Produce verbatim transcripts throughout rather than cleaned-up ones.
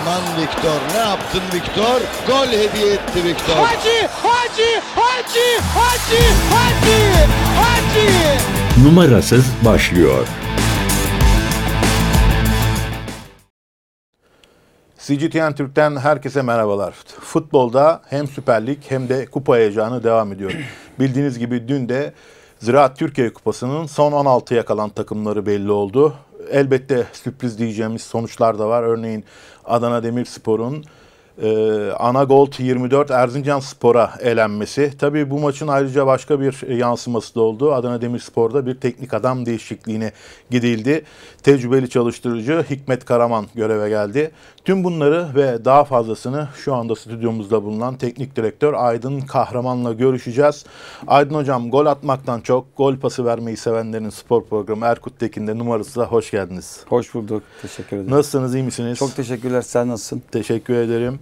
Aman Victor, ne yaptın Victor? Gol hediye etti Victor. Hacı, Hacı, Hacı, Hacı, Hacı, Hacı. Numarasız başlıyor. C G T N Türk'ten herkese merhabalar. Futbolda hem Süper Lig hem de kupa heyecanı devam ediyor. Bildiğiniz gibi dün de Ziraat Türkiye Kupası'nın son on altıya kalan takımları belli oldu. Elbette sürpriz diyeceğimiz sonuçlar da var. Örneğin Adana Demirspor'un Ee, Anagolt yirmi dört Erzincanspor'a elenmesi. Tabii bu maçın ayrıca başka bir yansıması da oldu. Adana Demirspor'da bir teknik adam değişikliğine gidildi. Tecrübeli çalıştırıcı Hikmet Karaman göreve geldi. Tüm bunları ve daha fazlasını şu anda stüdyomuzda bulunan teknik direktör Aydın Kahraman'la görüşeceğiz. Aydın Hocam, gol atmaktan çok gol pası vermeyi sevenlerin spor programı Erkut Tekin'de numarasıyla hoş geldiniz. Hoş bulduk. Teşekkür ederim. Nasılsınız, iyi misiniz? Çok teşekkürler. Sen nasılsın? Teşekkür ederim.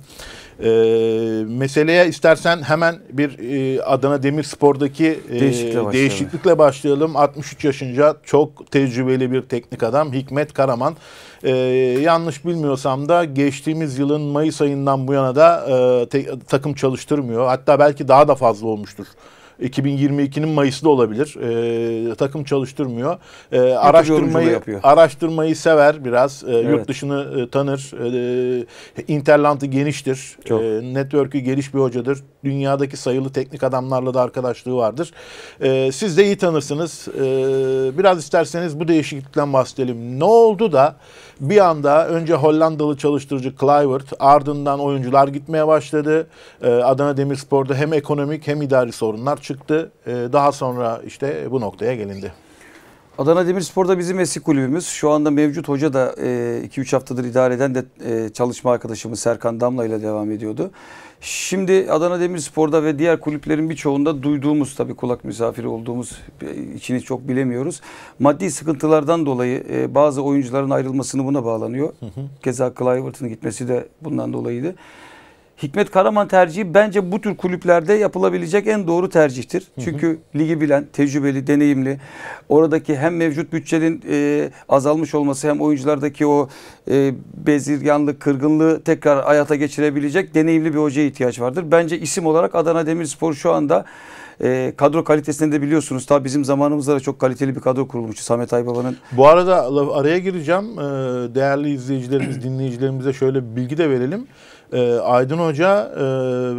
Ee, meseleye istersen hemen bir e, Adana Demirspor'daki e, Değişiklikle başlayalım. değişiklikle başlayalım. altmış üç yaşında çok tecrübeli bir teknik adam Hikmet Karaman. Ee, yanlış bilmiyorsam da geçtiğimiz yılın Mayıs ayından bu yana da e, te, takım çalıştırmıyor. Hatta belki daha da fazla olmuştur. iki bin yirmi ikinin Mayıs'ta olabilir. Ee, takım çalıştırmıyor. Ee, araştırmayı araştırmayı sever biraz. Ee, evet. Yurt dışını e, tanır. Ee, Interland'ı geniştir. Ee, network'ü geniş bir hocadır. Dünyadaki sayılı teknik adamlarla da arkadaşlığı vardır. Ee, siz de iyi tanırsınız. Ee, biraz isterseniz bu değişiklikten bahsedelim. Ne oldu da bir anda önce Hollandalı çalıştırıcı Kluivert, ardından oyuncular gitmeye başladı. Ee, Adana Demirspor'da hem ekonomik hem idari sorunlar çıktı. Ee, daha sonra işte bu noktaya gelindi. Adana Demirspor'da bizim eski kulübümüz. Şu anda mevcut hoca da iki üç haftadır idare eden de e, çalışma arkadaşımız Serkan Damla ile devam ediyordu. Şimdi Adana Demirspor'da ve diğer kulüplerin birçoğunda duyduğumuz, tabii kulak misafiri olduğumuz, içini çok bilemiyoruz. Maddi sıkıntılardan dolayı e, bazı oyuncuların ayrılmasını buna bağlanıyor. Hı hı. Keza Kluivert'ın gitmesi de bundan dolayıydı. Hikmet Karaman tercihi bence bu tür kulüplerde yapılabilecek en doğru tercihtir. Hı hı. Çünkü ligi bilen, tecrübeli, deneyimli, oradaki hem mevcut bütçenin e, azalmış olması hem oyunculardaki o e, bezirganlık, kırgınlığı tekrar hayata geçirebilecek deneyimli bir hocaya ihtiyaç vardır. Bence isim olarak Adana Demirspor şu anda E, kadro kalitesini de biliyorsunuz. Tabii bizim zamanımızda da çok kaliteli bir kadro kurulmuştu. Samet Aybaba'nın. Bu arada araya gireceğim. Ee, değerli izleyicilerimiz, dinleyicilerimize şöyle bir bilgi de verelim. Ee, Aydın Hoca e,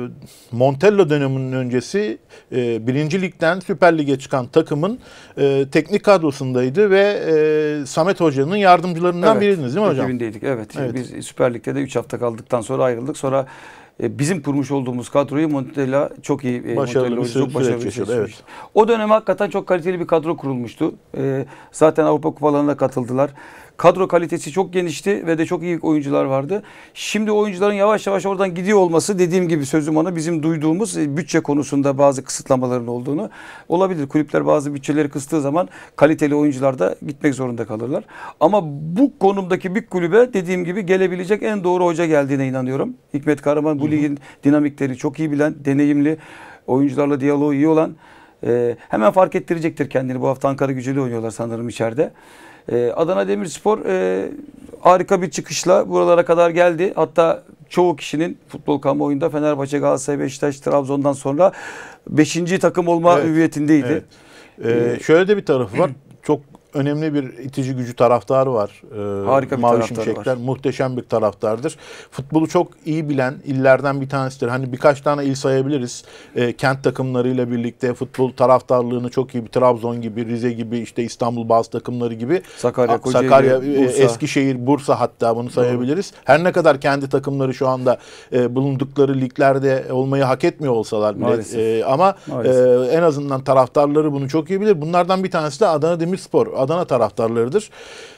Montello döneminin öncesi e, birinci Lig'den Süper Lig'e çıkan takımın e, teknik kadrosundaydı ve e, Samet Hoca'nın yardımcılarından evet, biriydiniz değil mi hocam? ekibindeydik. Evet. evet. Biz Süper Lig'de de üç hafta kaldıktan sonra ayrıldık. Sonra bizim kurmuş olduğumuz kadroyu Montella çok iyi, başarılı Montella bir süreç, çok başarılı süreç yaşadı. Evet. O dönem hakikaten çok kaliteli bir kadro kurulmuştu. Ee, zaten Avrupa Kupalarına katıldılar. Kadro kalitesi çok genişti ve de çok iyi oyuncular vardı. Şimdi oyuncuların yavaş yavaş oradan gidiyor olması, dediğim gibi sözüm ona, bizim duyduğumuz bütçe konusunda bazı kısıtlamaların olduğunu olabilir. Kulüpler bazı bütçeleri kıstığı zaman kaliteli oyuncular da gitmek zorunda kalırlar. Ama bu konumdaki bir kulübe dediğim gibi gelebilecek en doğru hoca geldiğine inanıyorum. Hikmet Karaman bu ligin dinamikleri çok iyi bilen, deneyimli, oyuncularla diyaloğu iyi olan, e, hemen fark ettirecektir kendini. Bu hafta Ankara Gücü'yle oynuyorlar sanırım içeride. Adana Demirspor e, harika bir çıkışla buralara kadar geldi. Hatta çoğu kişinin futbol kamuoyunda Fenerbahçe, Galatasaray, Beşiktaş, Trabzon'dan sonra beşinci takım olma evet, hüviyetindeydi. Evet. Ee, şöyle de bir tarafı var. Çok önemli bir itici gücü taraftarı var. Ee, Harika bir Mavi taraftarı Şimşekler var. Muhteşem bir taraftardır. Futbolu çok iyi bilen illerden bir tanesidir. Hani birkaç tane il sayabiliriz. Ee, kent takımlarıyla birlikte futbol taraftarlığını çok iyi, bir Trabzon gibi, Rize gibi, işte İstanbul bazı takımları gibi. Sakarya, Kocaeli, Sakarya, Bursa. Eskişehir, Bursa, hatta bunu sayabiliriz. Doğru. Her ne kadar kendi takımları şu anda e, bulundukları liglerde olmayı hak etmiyor olsalar bile. E, ama e, en azından taraftarları bunu çok iyi bilir. Bunlardan bir tanesi de Adana Demirspor. Adana taraftarlarıdır.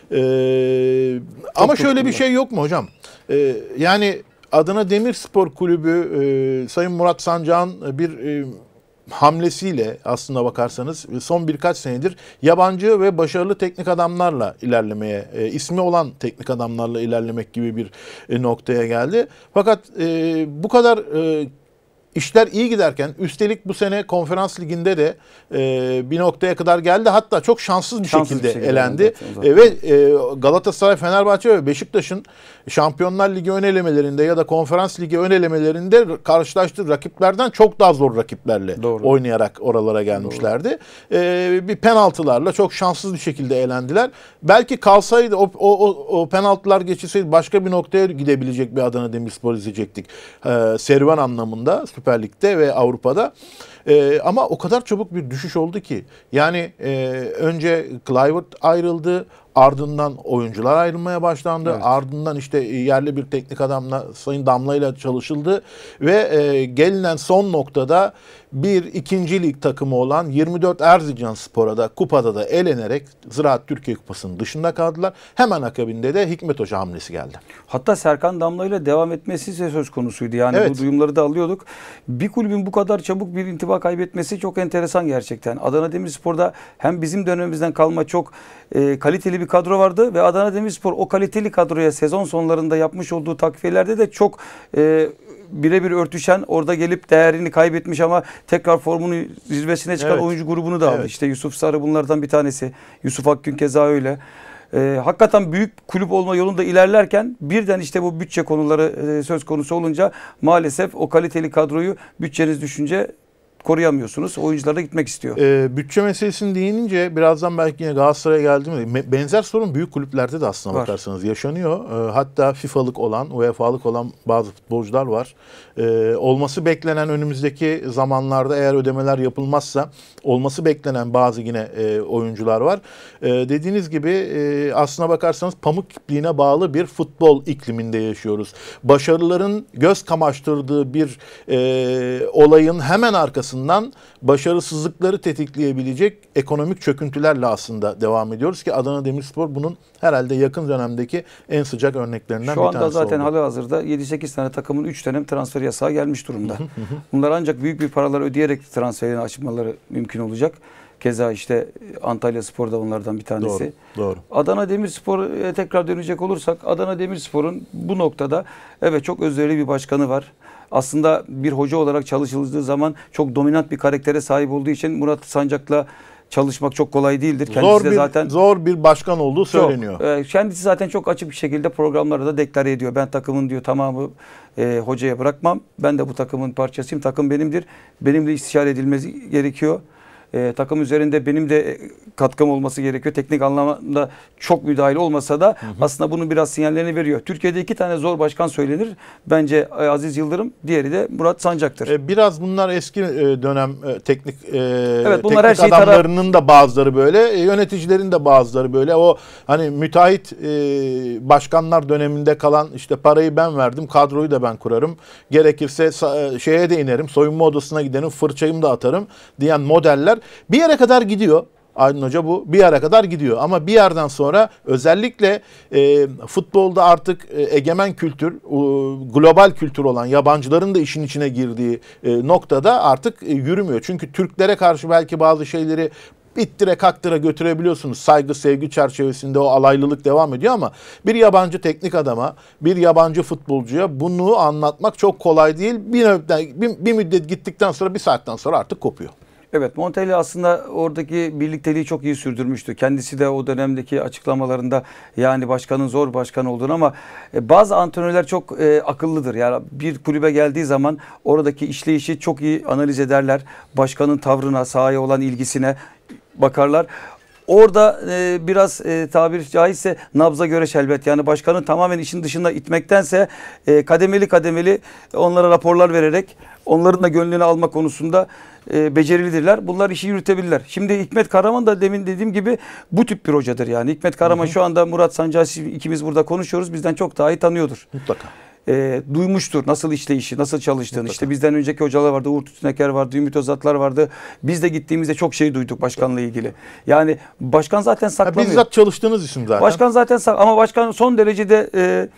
Ee, ama şöyle bir şey yok mu hocam? Ee, yani Adana Demirspor Kulübü e, Sayın Murat Sancak'ın bir e, hamlesiyle aslına bakarsanız son birkaç senedir yabancı ve başarılı teknik adamlarla ilerlemeye, e, ismi olan teknik adamlarla ilerlemek gibi bir e, noktaya geldi. Fakat e, bu kadar e, işler iyi giderken, üstelik bu sene Konferans Ligi'nde de e, bir noktaya kadar geldi. Hatta çok şanssız bir Şanssız şekilde, bir şekilde elendi. evet, E, ve e, Galatasaray, Fenerbahçe ve Beşiktaş'ın Şampiyonlar Ligi ön elemelerinde ya da Konferans Ligi ön elemelerinde karşılaştığı rakiplerden çok daha zor rakiplerle Doğru. oynayarak oralara gelmişlerdi. E, bir penaltılarla çok şanssız bir şekilde elendiler. Belki kalsaydı o, o, o, o penaltılar geçilseydi başka bir noktaya gidebilecek bir Adana Demirspor izleyecektik. E, serüven anlamında Süper Lig'de ve Avrupa'da. Ee, ama o kadar çabuk bir düşüş oldu ki. Yani e, önce Kluivert ayrıldı. Ardından oyuncular ayrılmaya başlandı. Evet. Ardından işte yerli bir teknik adamla, Sayın Damla ile çalışıldı. Ve e, gelinen son noktada bir ikinci lig takımı olan yirmi dört Erzincanspor'a da kupada da elenerek Ziraat Türkiye Kupası'nın dışında kaldılar. Hemen akabinde de Hikmet Hoca hamlesi geldi. Hatta Serkan Damla ile devam etmesi de söz konusuydu. Yani Evet. bu duyumları da alıyorduk. Bir kulübün bu kadar çabuk bir intiba kaybetmesi çok enteresan gerçekten. Adana Demirspor'da hem bizim dönemimizden kalma çok e, kaliteli bir kadro vardı ve Adana Demirspor o kaliteli kadroya sezon sonlarında yapmış olduğu takviyelerde de çok e, birebir örtüşen, orada gelip değerini kaybetmiş ama tekrar formunu zirvesine çıkan Evet. oyuncu grubunu da aldı. Evet. İşte Yusuf Sarı bunlardan bir tanesi. Yusuf Akgün keza öyle. Ee, hakikaten büyük kulüp olma yolunda ilerlerken birden işte bu bütçe konuları e, söz konusu olunca maalesef o kaliteli kadroyu bütçeniz düşünce koruyamıyorsunuz. Oyuncular da gitmek istiyor. Ee, bütçe meselesini değinince birazdan belki yine Galatasaray'a geldiğimde benzer sorun büyük kulüplerde de aslında Var. bakarsanız yaşanıyor. Ee, hatta FIFA'lık olan, U E F A'lık olan bazı futbolcular var. Ee, olması beklenen önümüzdeki zamanlarda eğer ödemeler yapılmazsa olması beklenen bazı yine e, oyuncular var. Ee, dediğiniz gibi e, aslına bakarsanız pamuk ipliğine bağlı bir futbol ikliminde yaşıyoruz. Başarıların göz kamaştırdığı bir e, olayın hemen arkasında başarısızlıkları tetikleyebilecek ekonomik çöküntülerle aslında devam ediyoruz ki Adana Demirspor bunun herhalde yakın dönemdeki en sıcak örneklerinden Şu bir anda tanesi zaten oldu. halihazırda yedi sekiz tane takımın üç dönem transfer yasağı gelmiş durumda. Bunlar ancak büyük bir paralar ödeyerek transferini açmaları mümkün olacak. Keza işte Antalya Spor da onlardan bir tanesi. Doğru, doğru. Adana Demirspor'a tekrar dönecek olursak Adana Demirspor'un bu noktada evet çok özverili bir başkanı var. Aslında bir hoca olarak çalışıldığı zaman çok dominant bir karaktere sahip olduğu için Murat Sancak'la çalışmak çok kolay değildir. Kendisi Zor de bir, zaten zor bir başkan olduğu çok, söyleniyor. e, kendisi zaten çok açık bir şekilde programlarda da deklare ediyor. Ben takımın diyor tamamı e, hocaya bırakmam. Ben de bu takımın parçasıyım. Takım benimdir. Benimle istişare edilmesi gerekiyor. E, takım üzerinde benim de katkım olması gerekiyor. Teknik anlamda çok müdahale olmasa da hı hı. aslında bunun biraz sinyallerini veriyor. Türkiye'de iki tane zor başkan söylenir. Bence Aziz Yıldırım, diğeri de Murat Sancak'tır. E, biraz bunlar eski e, dönem e, teknik e, evet, bunlar teknik her şeyi adamlarının da bazıları böyle, e, yöneticilerin de bazıları böyle. O hani müteahhit e, başkanlar döneminde kalan işte parayı ben verdim, kadroyu da ben kurarım. Gerekirse sa- şeye de inerim, soyunma odasına giderim, fırçayımı da atarım diyen modeller bir yere kadar gidiyor. Aydın Hoca bu bir yere kadar gidiyor ama bir yerden sonra özellikle e, futbolda artık e, egemen kültür, e, global kültür olan yabancıların da işin içine girdiği e, noktada artık e, yürümüyor. Çünkü Türklere karşı belki bazı şeyleri ittire kaktıra götürebiliyorsunuz. Saygı, sevgi çerçevesinde o alaylılık devam ediyor ama bir yabancı teknik adama, bir yabancı futbolcuya bunu anlatmak çok kolay değil. Bir, bir, bir müddet gittikten sonra bir saatten sonra artık kopuyor. Evet, Montella aslında oradaki birlikteliği çok iyi sürdürmüştü. Kendisi de o dönemdeki açıklamalarında yani başkanın zor başkan olduğunu ama bazı antrenörler çok e, akıllıdır. Yani bir kulübe geldiği zaman oradaki işleyişi çok iyi analiz ederler. Başkanın tavrına, sahaya olan ilgisine bakarlar. Orada e, biraz e, tabiri caizse nabza göre şelbet, yani başkanın tamamen işin dışında itmektense e, kademeli kademeli onlara raporlar vererek onların da gönlünü alma konusunda e, becerilidirler. Bunlar işi yürütebilirler. Şimdi Hikmet Karaman da demin dediğim gibi bu tip bir hocadır yani. Hikmet Karaman hı hı. şu anda Murat Sancak'ı ikimiz burada konuşuyoruz. Bizden çok daha iyi tanıyordur. Mutlaka. E, duymuştur nasıl işleyişi, nasıl çalıştığını. Mutlaka. İşte bizden önceki hocalar vardı, Uğur Tütüneker vardı, Ümit Özatlar vardı. Biz de gittiğimizde çok şey duyduk başkanla ilgili. Yani başkan zaten saklamıyor. Ha, bizzat çalıştığınız isim zaten. Başkan zaten sak ama başkan son derecede e,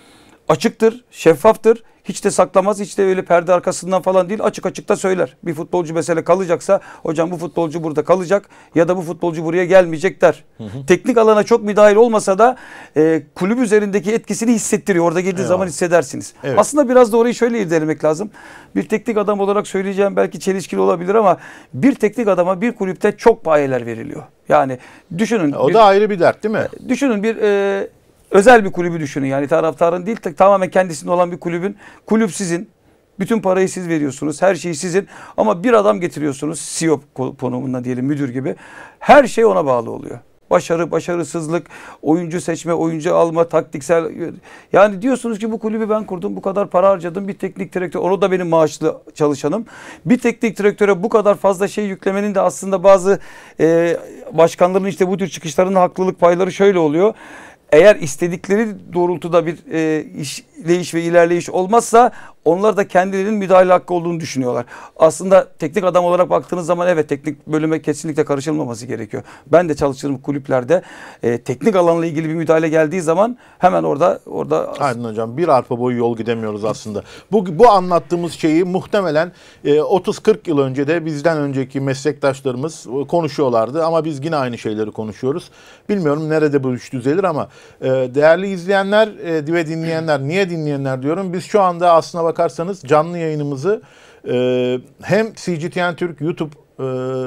açıktır, şeffaftır. Hiç de saklamaz, hiç de öyle perde arkasından falan değil. Açık açık da söyler. Bir futbolcu mesela kalacaksa, hocam bu futbolcu burada kalacak ya da bu futbolcu buraya gelmeyecek der. Hı hı. Teknik alana çok müdahil olmasa da e, kulüp üzerindeki etkisini hissettiriyor. Orada geldiği evet. zaman hissedersiniz. Evet. Aslında biraz da orayı şöyle irdelemek lazım. Bir teknik adam olarak söyleyeceğim, belki çelişkili olabilir ama bir teknik adama bir kulüpte çok payeler veriliyor. Yani düşünün. O bir, da ayrı bir dert değil mi? Düşünün bir... E, özel bir kulübü düşünün, yani taraftarın değil, tamamen kendisinde olan bir kulübün, kulüp sizin, bütün parayı siz veriyorsunuz, her şeyi sizin ama bir adam getiriyorsunuz, C E O konumunda diyelim, müdür gibi, her şey ona bağlı oluyor. Başarı, başarısızlık, oyuncu seçme, oyuncu alma, taktiksel, yani diyorsunuz ki bu kulübü ben kurdum, bu kadar para harcadım, bir teknik direktör, onu da benim maaşlı çalışanım, bir teknik direktöre bu kadar fazla şey yüklemenin de aslında bazı e, başkanların işte bu tür çıkışlarının haklılık payları şöyle oluyor. Eğer istedikleri doğrultuda bir e, işleyiş ve ilerleyiş olmazsa onlar da kendilerinin müdahale hakkı olduğunu düşünüyorlar. Aslında teknik adam olarak baktığınız zaman evet, teknik bölüme kesinlikle karışılmaması gerekiyor. Ben de çalıştığım kulüplerde e, teknik alanla ilgili bir müdahale geldiği zaman hemen orada orada Aynen hocam, bir arpa boyu yol gidemiyoruz aslında. Bu bu anlattığımız şeyi muhtemelen e, otuz kırk yıl önce de bizden önceki meslektaşlarımız konuşuyorlardı ama biz yine aynı şeyleri konuşuyoruz. Bilmiyorum nerede bu iş düzelir ama e, değerli izleyenler e, ve dinleyenler, niye dinleyenler diyorum. Biz şu anda aslına bakarsanız canlı yayınımızı e, hem C G T N Türk YouTube e,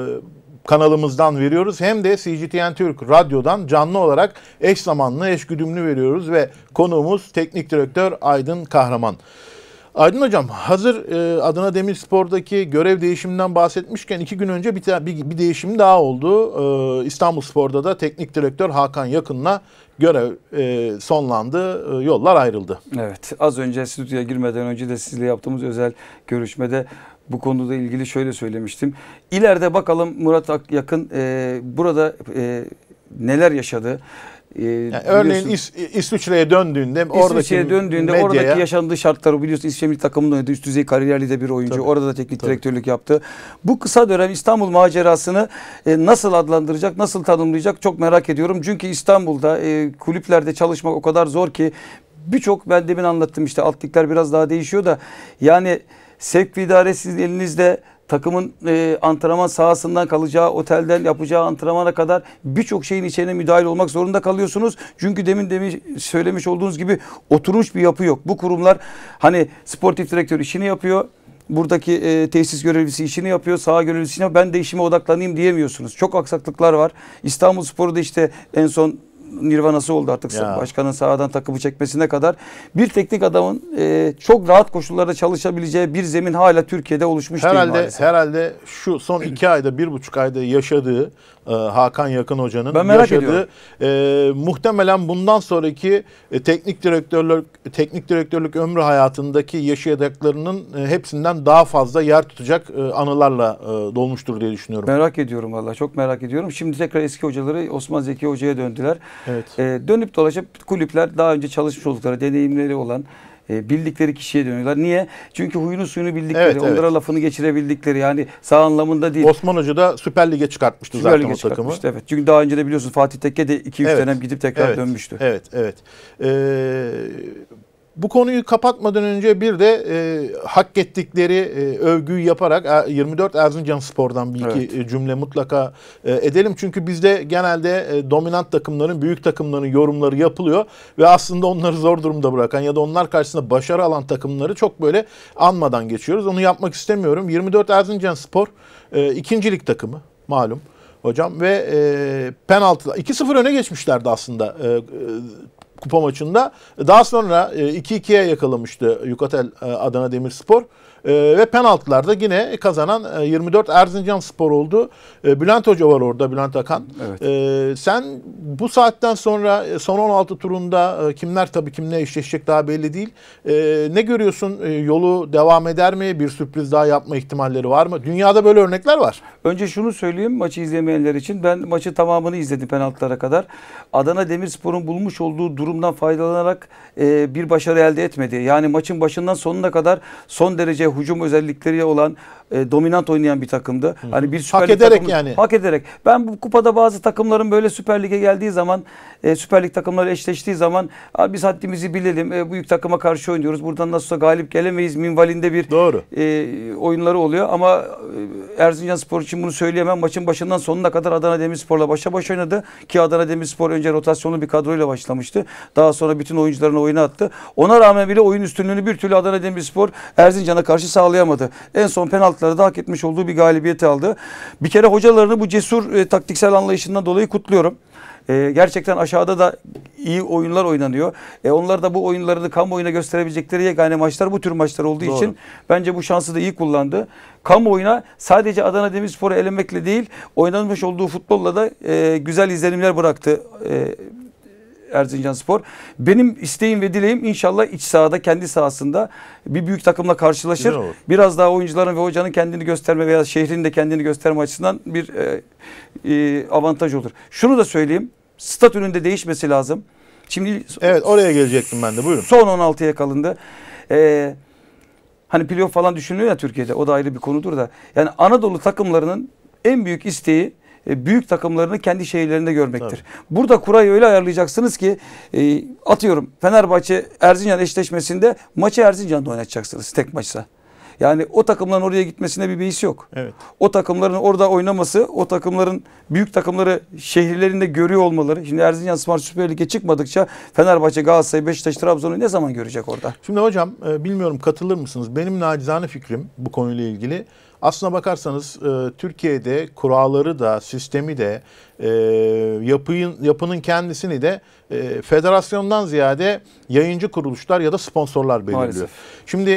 kanalımızdan veriyoruz hem de C G T N Türk radyodan canlı olarak eş zamanlı, eş güdümlü veriyoruz ve konuğumuz teknik direktör Aydın Kahraman. Aydın hocam, hazır e, Adana Demirspor'daki görev değişiminden bahsetmişken iki gün önce bir, bir, bir değişim daha oldu. E, İstanbulspor'da da teknik direktör Hakan Yakın'la görev e, sonlandı, e, yollar ayrıldı. Evet, az önce stüdyoya girmeden önce de sizle yaptığımız özel görüşmede bu konuda ilgili şöyle söylemiştim. İleride bakalım Murat Akyakın e, burada e, neler yaşadı. Ee, yani örneğin İs, İsviçre'ye döndüğünde İsviçre'ye döndüğünde medyaya, oradaki yaşandığı şartları biliyorsun. İsviçre milli takımında oynadı. Üst düzey kariyerli de bir oyuncu. Tabii, orada da teknik tabii. direktörlük yaptı. Bu kısa dönem İstanbul macerasını e, nasıl adlandıracak, nasıl tanımlayacak çok merak ediyorum. Çünkü İstanbul'da e, kulüplerde çalışmak o kadar zor ki birçok, ben demin anlattım işte, alt ligler biraz daha değişiyor da yani sevk ve idare sizin elinizde. Takımın e, antrenman sahasından kalacağı, otelden yapacağı antrenmana kadar birçok şeyin içine müdahil olmak zorunda kalıyorsunuz. Çünkü demin demin söylemiş olduğunuz gibi oturmuş bir yapı yok. Bu kurumlar hani sportif direktör işini yapıyor. Buradaki e, tesis görevlisi işini yapıyor, saha görevlisi işini yapıyor. Ben de işime odaklanayım diyemiyorsunuz. Çok aksaklıklar var. İstanbulspor'da işte en son nirvanası oldu artık ya. Başkanın sahadan takımı çekmesine kadar. Bir teknik adamın e, çok rahat koşullarda çalışabileceği bir zemin hala Türkiye'de oluşmuş herhalde, değil maalesef. Herhalde şu son iki ayda, bir buçuk ayda yaşadığı e, Hakan Yakın Hoca'nın ben merak yaşadığı e, muhtemelen bundan sonraki e, teknik direktörlük teknik direktörlük ömrü hayatındaki yaşadıklarının e, hepsinden daha fazla yer tutacak e, anılarla e, dolmuştur diye düşünüyorum. Merak ediyorum vallahi, çok merak ediyorum. Şimdi tekrar eski hocaları Osman Zeki Hoca'ya döndüler. Evet. Ee, dönüp dolaşıp kulüpler daha önce çalışmış oldukları, deneyimleri olan, e, bildikleri kişiye dönüyorlar. Niye? Çünkü huyunu suyunu bildikleri, evet, evet. onlara lafını geçirebildikleri, yani sağ anlamında değil. Osman Hoca da Süper Lig'e çıkartmıştı Süper zaten Lig'e o takımı. Evet. Çünkü daha önce de biliyorsunuz Fatih Tekke de iki üç evet. dönem gidip tekrar evet. dönmüştü. Evet, evet. Ee, bu konuyu kapatmadan önce bir de e, hak ettikleri e, övgüyü yaparak yirmi dört Erzincanspor'dan bir iki evet. cümle mutlaka e, edelim. Çünkü bizde genelde e, dominant takımların, büyük takımların yorumları yapılıyor ve aslında onları zor durumda bırakan ya da onlar karşısında başarı alan takımları çok böyle anmadan geçiyoruz. Onu yapmak istemiyorum. yirmi dört Erzincanspor e, ikinci lig takımı malum hocam ve e, penaltı iki sıfır öne geçmişlerdi aslında e, e, kupa maçında. Daha sonra iki ikiye yakalamıştı Yukatel Adana Demirspor. Ve penaltılarda yine kazanan yirmi dört Erzincanspor oldu. Bülent Hoca var orada, Bülent Akan. Evet. Sen bu saatten sonra son on altı turunda kimler tabii kimle eşleşecek daha belli değil. Ne görüyorsun? Yolu devam eder mi? Bir sürpriz daha yapma ihtimalleri var mı? Dünyada böyle örnekler var. Önce şunu söyleyeyim maçı izlemeyenler için. Ben maçı tamamını izledim penaltılara kadar. Adana Demirspor'un bulmuş olduğu durumdan faydalanarak bir başarı elde etmedi. Yani maçın başından sonuna kadar son derece hücum özellikleri olan, e, dominant oynayan bir takımdı. Hani bir Süper Hak Lig ederek takımı- yani. Hak ederek. Ben bu kupada bazı takımların böyle Süper Lig'e geldiği zaman, e, Süper Lig takımları eşleştiği zaman "Abi biz haddimizi bilelim. E, büyük takıma karşı oynuyoruz. Buradan nasıl olsa galip gelemeyiz" minvalinde bir Doğru. e, oyunları oluyor. Ama e, Erzincanspor için bunu söyleyemem. Maçın başından sonuna kadar Adana Demirspor'la başa baş oynadı. Ki Adana Demirspor önce rotasyonlu bir kadroyla başlamıştı. Daha sonra bütün oyuncularını oyuna attı. Ona rağmen bile oyun üstünlüğünü bir türlü Adana Demirspor Erzincan'a karşı sağlayamadı. En son penaltıları da hak etmiş olduğu bir galibiyeti aldı. Bir kere hocalarını bu cesur e, taktiksel anlayışından dolayı kutluyorum. E, gerçekten aşağıda da iyi oyunlar oynanıyor. E, onlar da bu oyunlarını kamuoyuna gösterebilecekleri yegane maçlar bu tür maçlar olduğu Doğru. için bence bu şansı da iyi kullandı. Kamuoyuna sadece Adana Demirspor'u elemekle değil, oynanmış olduğu futbolla da e, güzel izlenimler bıraktı e, Erzincanspor. Benim isteğim ve dileğim inşallah iç sahada, kendi sahasında bir büyük takımla karşılaşır. Güzel olur. Biraz daha oyuncuların ve hocanın kendini gösterme veya şehrin de kendini gösterme açısından bir e, e, avantaj olur. Şunu da söyleyeyim. Statünün de değişmesi lazım. Şimdi Evet, oraya gelecektim ben de. Buyurun. son on altıya kalındı. Ee, hani playoff falan düşünülüyor ya Türkiye'de. O da ayrı bir konudur da. Yani Anadolu takımlarının en büyük isteği e, büyük takımlarını kendi şehirlerinde görmektir. Tabii. Burada kurayı öyle ayarlayacaksınız ki e, atıyorum Fenerbahçe Erzincan eşleşmesinde maçı Erzincan'da oynatacaksınız tek maçsa. Yani o takımların oraya gitmesine bir beis yok. Evet. O takımların orada oynaması, o takımların büyük takımları şehirlerinde görüyor olmaları. Şimdi Erzincanspor Süper Lig'e çıkmadıkça Fenerbahçe, Galatasaray, Beşiktaş, Trabzon'u ne zaman görecek orada? Şimdi hocam e, bilmiyorum katılır mısınız? Benim nacizane fikrim bu konuyla ilgili. Aslına bakarsanız e, Türkiye'de kuralları da, sistemi de, e, yapıyın, yapının kendisini de e, federasyondan ziyade yayıncı kuruluşlar ya da sponsorlar belirliyor. Maalesef. Şimdi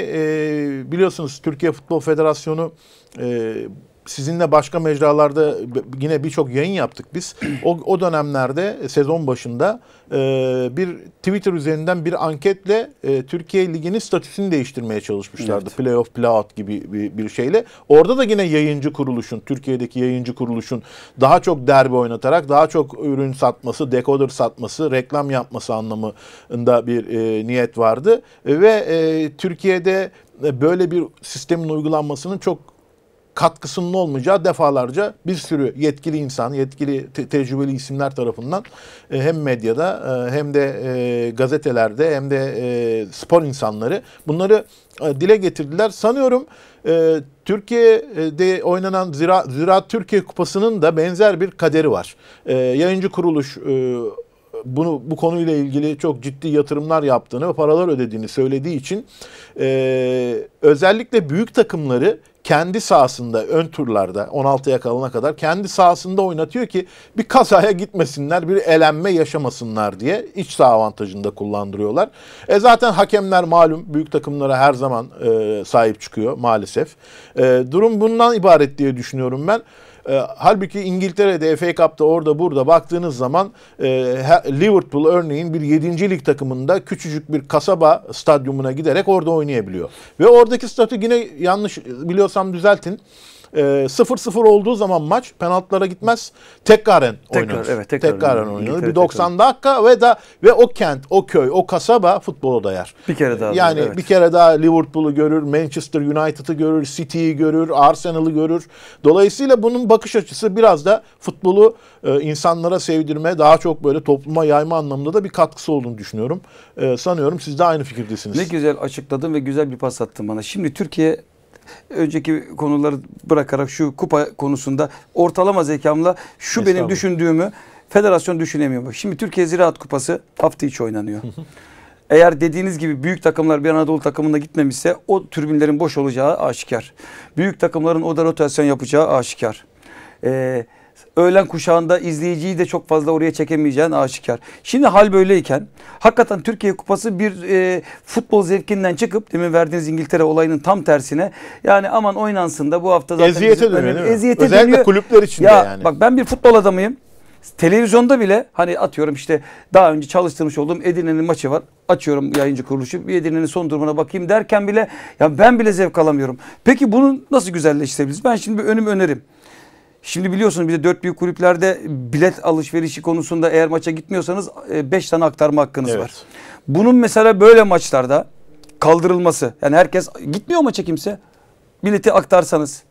e, biliyorsunuz Türkiye Futbol Federasyonu e, sizinle başka mecralarda yine birçok yayın yaptık biz. O, o dönemlerde sezon başında e, bir Twitter üzerinden bir anketle e, Türkiye Ligi'nin statüsünü değiştirmeye çalışmışlardı. Evet. Playoff, playout gibi bir, bir şeyle. Orada da yine yayıncı kuruluşun, Türkiye'deki yayıncı kuruluşun daha çok derbi oynatarak daha çok ürün satması, dekoder satması, reklam yapması anlamında bir e, niyet vardı. E, ve e, Türkiye'de böyle bir sistemin uygulanmasının çok katkısının olmayacağı defalarca bir sürü yetkili insan, yetkili te- tecrübeli isimler tarafından e, hem medyada e, hem de e, gazetelerde hem de e, spor insanları bunları e, dile getirdiler. Sanıyorum e, Türkiye'de oynanan Zira, Ziraat Türkiye Kupası'nın da benzer bir kaderi var. E, yayıncı kuruluş e, bunu bu konuyla ilgili çok ciddi yatırımlar yaptığını ve paralar ödediğini söylediği için e, özellikle büyük takımları kendi sahasında ön turlarda on altıya kalana kadar kendi sahasında oynatıyor ki bir kazaya gitmesinler, bir elenme yaşamasınlar diye iç saha avantajını da kullandırıyorlar. E zaten hakemler malum büyük takımlara her zaman e, sahip çıkıyor maalesef. E, durum bundan ibaret diye düşünüyorum ben. E, halbuki İngiltere'de F A Cup'ta orada burada baktığınız zaman e, Liverpool örneğin bir yedinci lig takımında küçücük bir kasaba stadyumuna giderek orada oynayabiliyor. Ve oradaki statü yine yanlış biliyorsam düzeltin. sıfır sıfır olduğu zaman maç penaltılara gitmez. Tekraren Tekrar, oynanır. evet, tekrar Tekraren oynanır. oynanır. İngiltere Bir doksan dakika ve da ve o kent, o köy, o kasaba futbola dayar. Bir kere daha. Yani evet. bir kere daha Liverpool'u görür, Manchester United'ı görür, City'yi görür, Arsenal'ı görür. Dolayısıyla bunun bakış açısı biraz da futbolu e, insanlara sevdirme, daha çok böyle topluma yayma anlamında da bir katkısı olduğunu düşünüyorum. E, sanıyorum siz de aynı fikirdesiniz. Ne güzel açıkladın ve güzel bir pas attın bana. Şimdi Türkiye önceki konuları bırakarak şu kupa konusunda ortalama zekamla şu benim Estağfurullah. düşündüğümü federasyon düşünemiyor. Şimdi Türkiye Ziraat Kupası hafta içi oynanıyor. Eğer dediğiniz gibi büyük takımlar bir Anadolu takımına gitmemişse o tribünlerin boş olacağı aşikar. Büyük takımların oda rotasyon yapacağı aşikar. Ee, öğlen kuşağında izleyiciyi de çok fazla oraya çekemeyeceğin aşikar. Şimdi hal böyleyken hakikaten Türkiye Kupası bir e, futbol zevkinden çıkıp demin verdiğiniz İngiltere olayının tam tersine yani aman oynansın da bu hafta zaten eziyete bizim- dönüyor değil mi? eziyete Özellikle dönüyor. kulüpler içinde Ya yani. bak ben bir futbol adamıyım. Televizyonda bile hani atıyorum işte daha önce çalıştırmış olduğum Edirne'nin maçı var. Açıyorum yayıncı kuruluşu. Bir Edirne'nin son durumuna bakayım derken bile ya ben bile zevk alamıyorum. Peki bunu nasıl güzelleştirebiliriz? Ben şimdi bir önüm önerim. Şimdi biliyorsunuz bir de dört büyük kulüplerde bilet alışverişi konusunda eğer maça gitmiyorsanız beş tane aktarma hakkınız Evet. var. Bunun mesela böyle maçlarda kaldırılması. Yani herkes gitmiyor maça kimse. bileti aktarsanız,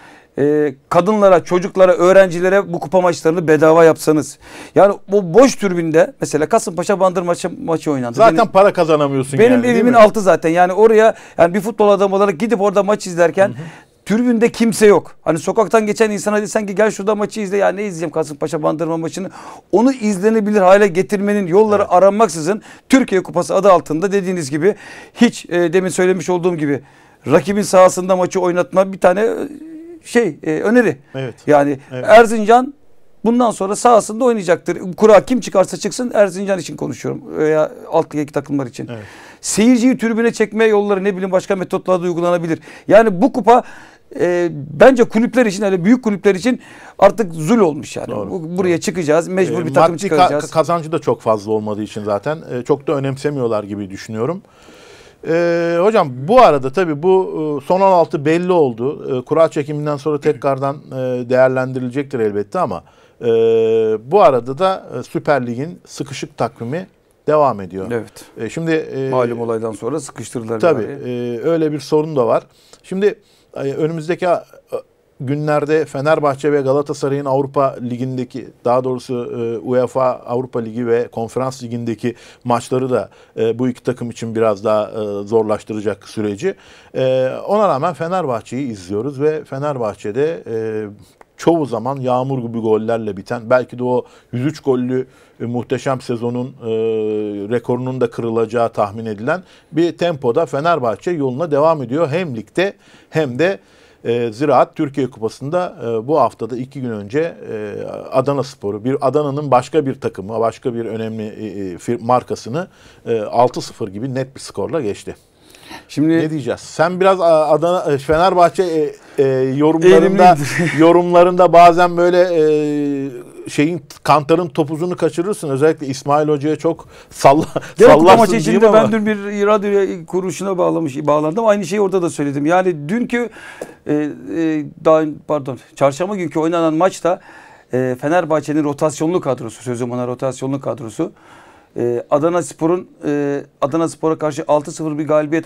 e, kadınlara, çocuklara, öğrencilere bu kupa maçlarını bedava yapsanız. Yani bu boş tribünde mesela Kasımpaşa Bandırma maçı oynandı. Zaten benim, para kazanamıyorsun benim yani. Benim evimin altı zaten. Yani oraya yani bir futbol adamı olarak gidip orada maç izlerken hı hı. tribünde kimse yok. Hani sokaktan geçen insana desen ki gel şurada maçı izle. Ya ne izleyeyim Kasımpaşa Bandırma maçını. Onu izlenebilir hale getirmenin yolları evet. aranmaksızın Türkiye Kupası adı altında dediğiniz gibi hiç e, demin söylemiş olduğum gibi rakibin sahasında maçı oynatma bir tane şey e, öneri. Evet. Yani evet. Erzincan bundan sonra sahasında oynayacaktır. Kura kim çıkarsa çıksın Erzincan için konuşuyorum. Veya alt ligdeki takımlar için. Evet. Seyirciyi tribüne çekme yolları ne bileyim başka metotlarda uygulanabilir. Yani bu kupa e, bence kulüpler için hele büyük kulüpler için artık zul olmuş yani. Doğru. Buraya çıkacağız. Mecbur e, bir takım çıkaracağız. Maddi ka- kazancı da çok fazla olmadığı için zaten e, çok da önemsemiyorlar gibi düşünüyorum. Ee, hocam bu arada tabii bu son on altı belli oldu. Ee, kura çekiminden sonra tekrardan e, değerlendirilecektir elbette ama e, bu arada da e, Süper Lig'in sıkışık takvimi devam ediyor. Evet. E, şimdi e, malum olaydan sonra sıkıştırdılar. Tabii e, öyle bir sorun da var. Şimdi e, önümüzdeki e, günlerde Fenerbahçe ve Galatasaray'ın Avrupa Ligi'ndeki daha doğrusu UEFA Avrupa Ligi ve Konferans Ligi'ndeki maçları da bu iki takım için biraz daha zorlaştıracak süreci. Ona rağmen Fenerbahçe'yi izliyoruz ve Fenerbahçe'de çoğu zaman yağmur gibi gollerle biten belki de o yüz üç gollü muhteşem sezonun rekorunun da kırılacağı tahmin edilen bir tempoda Fenerbahçe yoluna devam ediyor. Hem ligde hem de E, Ziraat Türkiye Kupası'nda e, bu haftada iki gün önce e, Adanaspor'u, bir Adana'nın başka bir takımı, başka bir önemli e, markasını e, altı sıfır gibi net bir skorla geçti. Şimdi ne diyeceğiz? Sen biraz Adana Fenerbahçe e, e, yorumlarında yorumlarında bazen böyle e, şeyin Kantar'ın topuzunu kaçırırsın. Özellikle İsmail Hoca'ya çok salla sallarsın maçı içinde ama. Ben dün bir radyo kuruluşuna bağlamış bağlandım. Aynı şeyi orada da söyledim. Yani dünkü e, e, daha pardon çarşamba günkü oynanan maçta e, Fenerbahçe'nin rotasyonlu kadrosu, sözüm ona rotasyonlu kadrosu. Ee, Adanaspor'un e, Adanaspor'a karşı altı sıfır bir galibiyet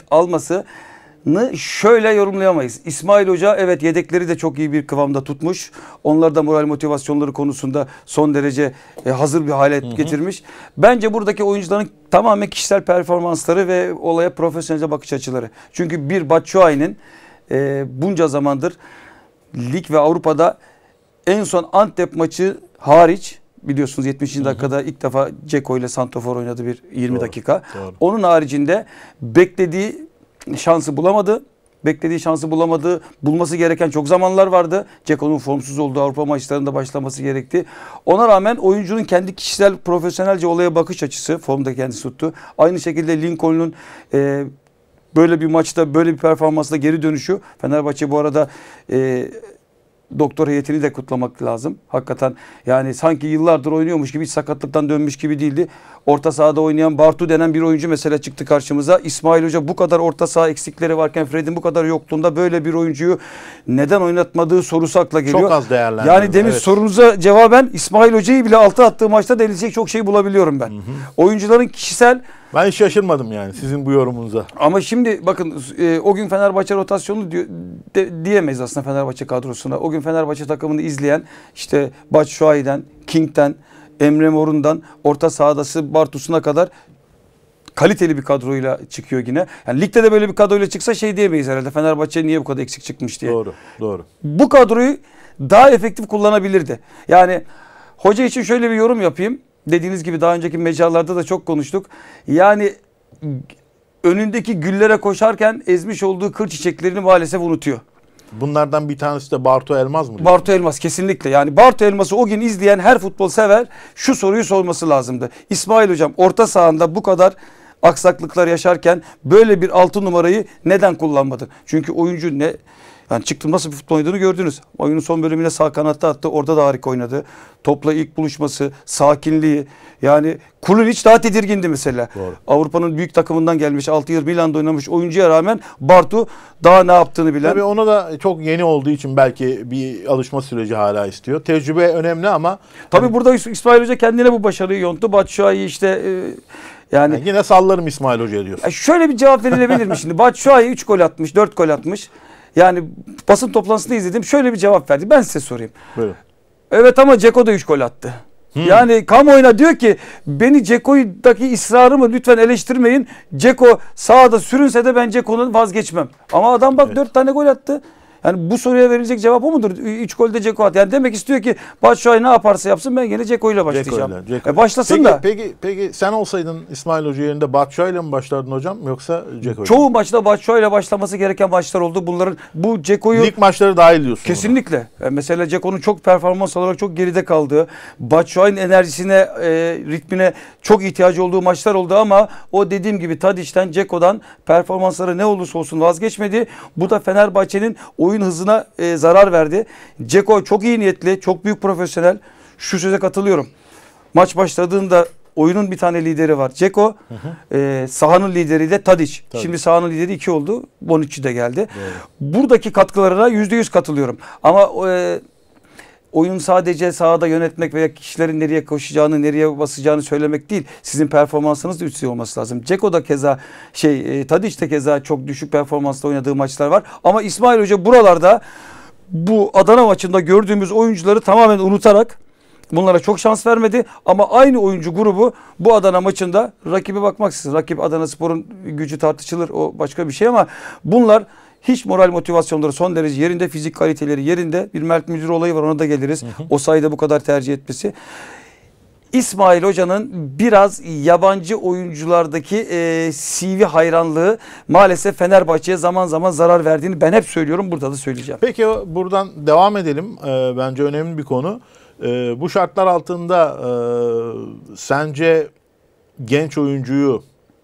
almasını şöyle yorumlayamayız. İsmail Hoca evet yedekleri de çok iyi bir kıvamda tutmuş. Onlar da moral motivasyonları konusunda son derece e, hazır bir hale hı hı. getirmiş. Bence buradaki oyuncuların tamamen kişisel performansları ve olaya profesyonelce bakış açıları. Çünkü bir Batshuayi'nin e, bunca zamandır lig ve Avrupa'da en son Antep maçı hariç biliyorsunuz yetmişinci dakikada ilk defa Dzeko ile santrafor oynadı bir yirmi doğru, dakika. Doğru. Onun haricinde beklediği şansı bulamadı. Beklediği şansı bulamadı. Bulması gereken çok zamanlar vardı. Dzeko'nun formsuz olduğu Avrupa maçlarında başlaması gerekti. Ona rağmen oyuncunun kendi kişisel profesyonelce olaya bakış açısı formda kendisi tuttu. Aynı şekilde Lincoln'un e, böyle bir maçta böyle bir performansla geri dönüşü. Fenerbahçe bu arada e, doktor heyetini de kutlamak lazım. Hakikaten yani sanki yıllardır oynuyormuş gibi hiç sakatlıktan dönmüş gibi değildi. Orta sahada oynayan Bartu denen bir oyuncu mesela çıktı karşımıza. İsmail Hoca bu kadar orta saha eksikleri varken Fred'in bu kadar yokluğunda böyle bir oyuncuyu neden oynatmadığı sorusu akla geliyor. Çok az değerlendirdim. Yani demin evet. sorunuza cevaben İsmail Hoca'yı bile altı attığı maçta denilecek çok şey bulabiliyorum ben. Hı hı. Oyuncuların kişisel. Ben hiç şaşırmadım yani sizin bu yorumunuza. Ama şimdi bakın e, o gün Fenerbahçe rotasyonu diyor, de, diyemeyiz aslında Fenerbahçe kadrosuna. O gün Fenerbahçe takımını izleyen işte Batshuayi'den, King'den, Emre Mor'undan orta sahadası Bartus'una kadar kaliteli bir kadroyla çıkıyor yine. Yani ligde de böyle bir kadroyla çıksa şey diyemeyiz herhalde. Fenerbahçe niye bu kadar eksik çıkmış diye. Doğru, doğru. Bu kadroyu daha efektif kullanabilirdi. Yani hoca için şöyle bir yorum yapayım. Dediğiniz gibi daha önceki mecralarda da çok konuştuk. Yani önündeki güllere koşarken ezmiş olduğu kır çiçeklerini maalesef unutuyor. Bunlardan bir tanesi de Bartu Elmaz mı? Bartu Elmaz kesinlikle. Yani Bartu Elmaz'ı o gün izleyen her futbol sever şu soruyu sorması lazımdı. İsmail Hocam orta sahanda bu kadar aksaklıklar yaşarken böyle bir altı numarayı neden kullanmadın? Çünkü oyuncu ne... Yani çıktım nasıl bir futbol oynadığını gördünüz. Oyunun son bölümüne sağ kanatta attı. Orada da harika oynadı. Topla ilk buluşması, sakinliği. Yani Kulunic daha tedirgindi mesela. Doğru. Avrupa'nın büyük takımından gelmiş. altı yıl Milan'da oynamış oyuncuya rağmen Bartu daha ne yaptığını bilen. Tabii ona da çok yeni olduğu için belki bir alışma süreci hala istiyor. Tecrübe önemli ama. Tabii hani... burada İsmail Hoca kendine bu başarıyı yonttu. Batshuayi işte... E, Yani, yani yine sallarım İsmail Hoca diyorsun. Şöyle bir cevap verilebilir mi şimdi? Batshuayi üç gol atmış, dört gol atmış. Yani basın toplantısında izledim. Şöyle bir cevap verdi. Ben size sorayım. Buyurun. Evet ama Dzeko da üç gol attı. Yani kamuoyuna diyor ki beni Dzeko'daki ısrarımı lütfen eleştirmeyin. Dzeko sahada sürünse de ben Dzeko'nun vazgeçmem. Ama adam bak dört tane gol attı. Yani bu soruya verilecek cevap o mudur? üç golde Dzeko attı. Yani demek istiyor ki Batshuayi ne yaparsa yapsın ben yine Dzeko ile başlayacağım. Dzeko ile, Dzeko. E başlasın peki, da. Peki, peki sen olsaydın İsmail Hoca yerinde Batshuayi ile mi başlardın hocam yoksa Dzeko ile? Çoğu maçta Batshuayi ile başlaması gereken maçlar oldu. Bunların bu Dzeko'yu Lig maçları dahil diyorsun. kesinlikle. E mesela Dzeko'nun çok performans olarak çok geride kaldığı, Batshuayi'nin enerjisine, e, ritmine çok ihtiyacı olduğu maçlar oldu ama o dediğim gibi Tadic'ten, Dzeko'dan performansları ne olursa olsun vazgeçmedi. Bu da Fenerbahçe'nin oyun hızına e, zarar verdi. Dzeko çok iyi niyetli, çok büyük profesyonel. Şu söze katılıyorum. Maç başladığında oyunun bir tane lideri var. Dzeko, e, sahanın lideri de Tadic. Tabii. Şimdi sahanın lideri iki oldu. Bonucci de geldi. Evet. Buradaki katkılarına yüzde yüz katılıyorum. Ama e, oyun sadece sahada yönetmek veya kişilerin nereye koşacağını, nereye basacağını söylemek değil. Sizin performansınız da üst düzey olması lazım. Dzeko da keza şey, e, Tadic de keza çok düşük performansla oynadığı maçlar var. Ama İsmail Hoca buralarda bu Adana maçında gördüğümüz oyuncuları tamamen unutarak bunlara çok şans vermedi ama aynı oyuncu grubu bu Adana maçında rakibe bakmaksızın, rakip Adanaspor'un gücü tartışılır, o başka bir şey ama bunlar hiç moral motivasyonları son derece yerinde, fizik kaliteleri yerinde. Bir Mert Müldür olayı var, ona da geliriz. Hı hı. O sayıda bu kadar tercih etmesi. İsmail Hoca'nın biraz yabancı oyunculardaki e, C V hayranlığı maalesef Fenerbahçe'ye zaman zaman zarar verdiğini ben hep söylüyorum. Burada da söyleyeceğim. Peki buradan devam edelim. Ee, bence önemli bir konu. Ee, bu şartlar altında e, sence genç oyuncuyu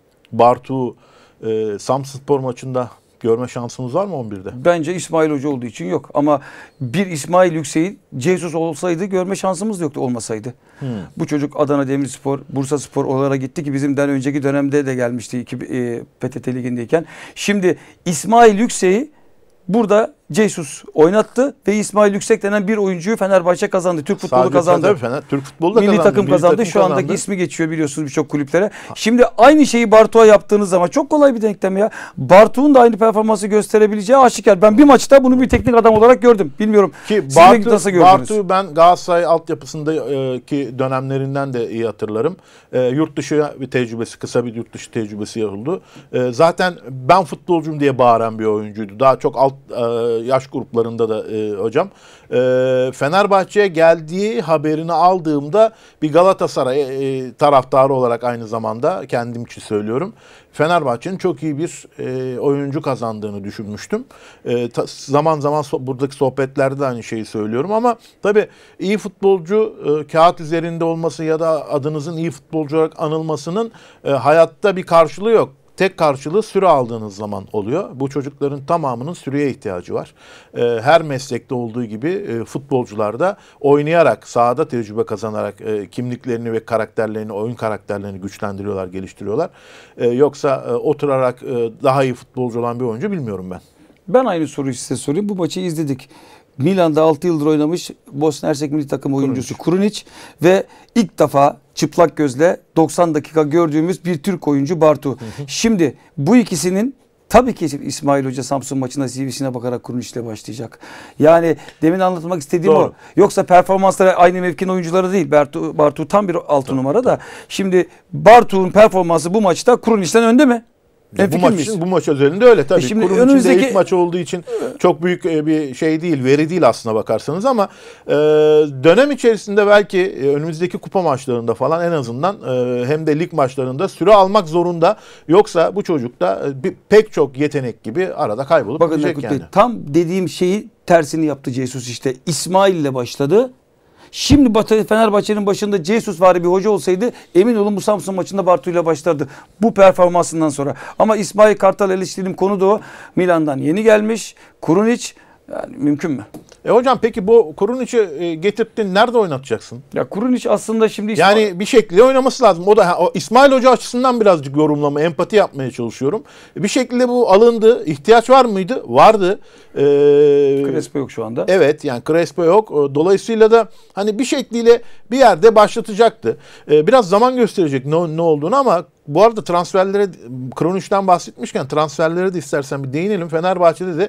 Bartu e, Samsunspor maçında görme şansımız var mı on birde? Bence İsmail Hoca olduğu için yok. Ama bir İsmail Yüksek'i Jesus olsaydı görme şansımız da yoktu olmasaydı. Hmm. Bu çocuk Adana Demirspor, Bursaspor oralara gitti ki bizimden önceki dönemde de gelmişti iki, e, P T T Ligi'ndeyken. Şimdi İsmail Yüksek'i burada Jesus oynattı ve İsmail Yüksek denen bir oyuncuyu Fenerbahçe kazandı. Türk futbolu Sadece kazandı. Tabii, Fener, Türk futbolu da milli kazandı. takım milli kazandı. takım Şu andaki kazandı. ismi geçiyor biliyorsunuz birçok kulüplere. Şimdi aynı şeyi Bartu'ya yaptığınız zaman çok kolay bir denklem ya. Bartu'nun da aynı performansı gösterebileceği aşikar. Ben bir maçta bunu bir teknik adam olarak gördüm. Bilmiyorum. Ki Siz Bartu, nasıl gördünüz? Bartu ben Galatasaray altyapısındaki dönemlerinden de iyi hatırlarım. E, yurt dışı bir tecrübesi, kısa bir yurt dışı tecrübesi oldu. E, zaten ben futbolcuyum diye bağıran bir oyuncuydu. Daha çok alt e, yaş gruplarında da e, hocam. E, Fenerbahçe'ye geldiği haberini aldığımda bir Galatasaray e, taraftarı olarak aynı zamanda kendim için söylüyorum. Fenerbahçe'nin çok iyi bir e, oyuncu kazandığını düşünmüştüm. E, ta, zaman zaman so, buradaki sohbetlerde de aynı şeyi söylüyorum ama tabii iyi futbolcu e, kağıt üzerinde olması ya da adınızın iyi futbolcu olarak anılmasının e, hayatta bir karşılığı yok. Tek karşılığı süre aldığınız zaman oluyor. Bu çocukların tamamının süreye ihtiyacı var. Ee, her meslekte olduğu gibi e, futbolcularda oynayarak, sahada tecrübe kazanarak e, kimliklerini ve karakterlerini, oyun karakterlerini güçlendiriyorlar, geliştiriyorlar. E, yoksa e, oturarak e, daha iyi futbolcu olan bir oyuncu bilmiyorum ben. Ben aynı soruyu size sorayım. Bu maçı izledik. Milan'da altı yıldır oynamış Bosna Hersek milli takım oyuncusu Krunic ve ilk defa çıplak gözle doksan dakika gördüğümüz bir Türk oyuncu Bartu. Hı hı. Şimdi bu ikisinin tabii ki İsmail Hoca Samsun maçında C V'sine bakarak Krunic'le başlayacak. Yani demin anlatmak istediğim Doğru. o. Yoksa performansları aynı mevkin oyuncuları değil. Bartu, Bartu tam bir altı tabii, numara da. Şimdi Bartu'nun performansı bu maçta Krunic'ten önde mi? Bu maç, için, bu maç özelinde öyle tabii. E şimdi Kurum önümüzdeki... içinde ilk maç olduğu için çok büyük bir şey değil, veri değil aslına bakarsanız ama e, dönem içerisinde belki e, önümüzdeki kupa maçlarında falan en azından e, hem de lig maçlarında süre almak zorunda. Yoksa bu çocuk da e, bir, pek çok yetenek gibi arada kaybolup Bakın gidecek yani. Tam dediğim şeyi tersini yaptı Jesus işte. İsmail ile başladı. Şimdi Batı Fenerbahçe'nin başında Jesus vari bir hoca olsaydı emin olun bu Samsun maçında Bartu ile başlardı. Bu performansından sonra. Ama İsmail Kartal eleştirdiğim konu da o. Milan'dan yeni gelmiş. Krunic yani mümkün mü? E hocam peki bu Krunic'i getirttin nerede oynatacaksın? Ya Krunic aslında şimdi İsmail... Yani bir şekilde oynaması lazım. O da o İsmail Hoca açısından birazcık yorumlama, empati yapmaya çalışıyorum. Bir şekilde bu alındı. İhtiyaç var mıydı? Vardı. Ee, Crespo yok şu anda. Evet yani Crespo yok. Dolayısıyla da hani bir şekliyle bir yerde başlatacaktı. Ee, biraz zaman gösterecek ne, ne olduğunu ama bu arada transferlere Kronic'ten bahsetmişken transferlere de istersen bir değinelim. Fenerbahçe'de de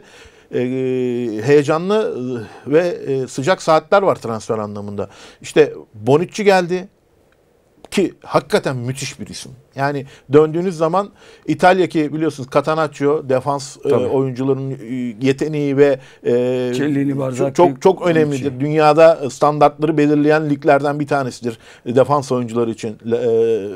e, heyecanlı ve e, sıcak saatler var transfer anlamında. İşte Bonucci geldi ki hakikaten müthiş bir isim. Yani döndüğünüz zaman İtalya ki biliyorsunuz Catanaccio defans e, oyuncuların e, yeteneği ve e, Cellini, Barzagli, çok çok önemlidir. Bonucci. Dünyada standartları belirleyen liglerden bir tanesidir e, defans oyuncuları için e,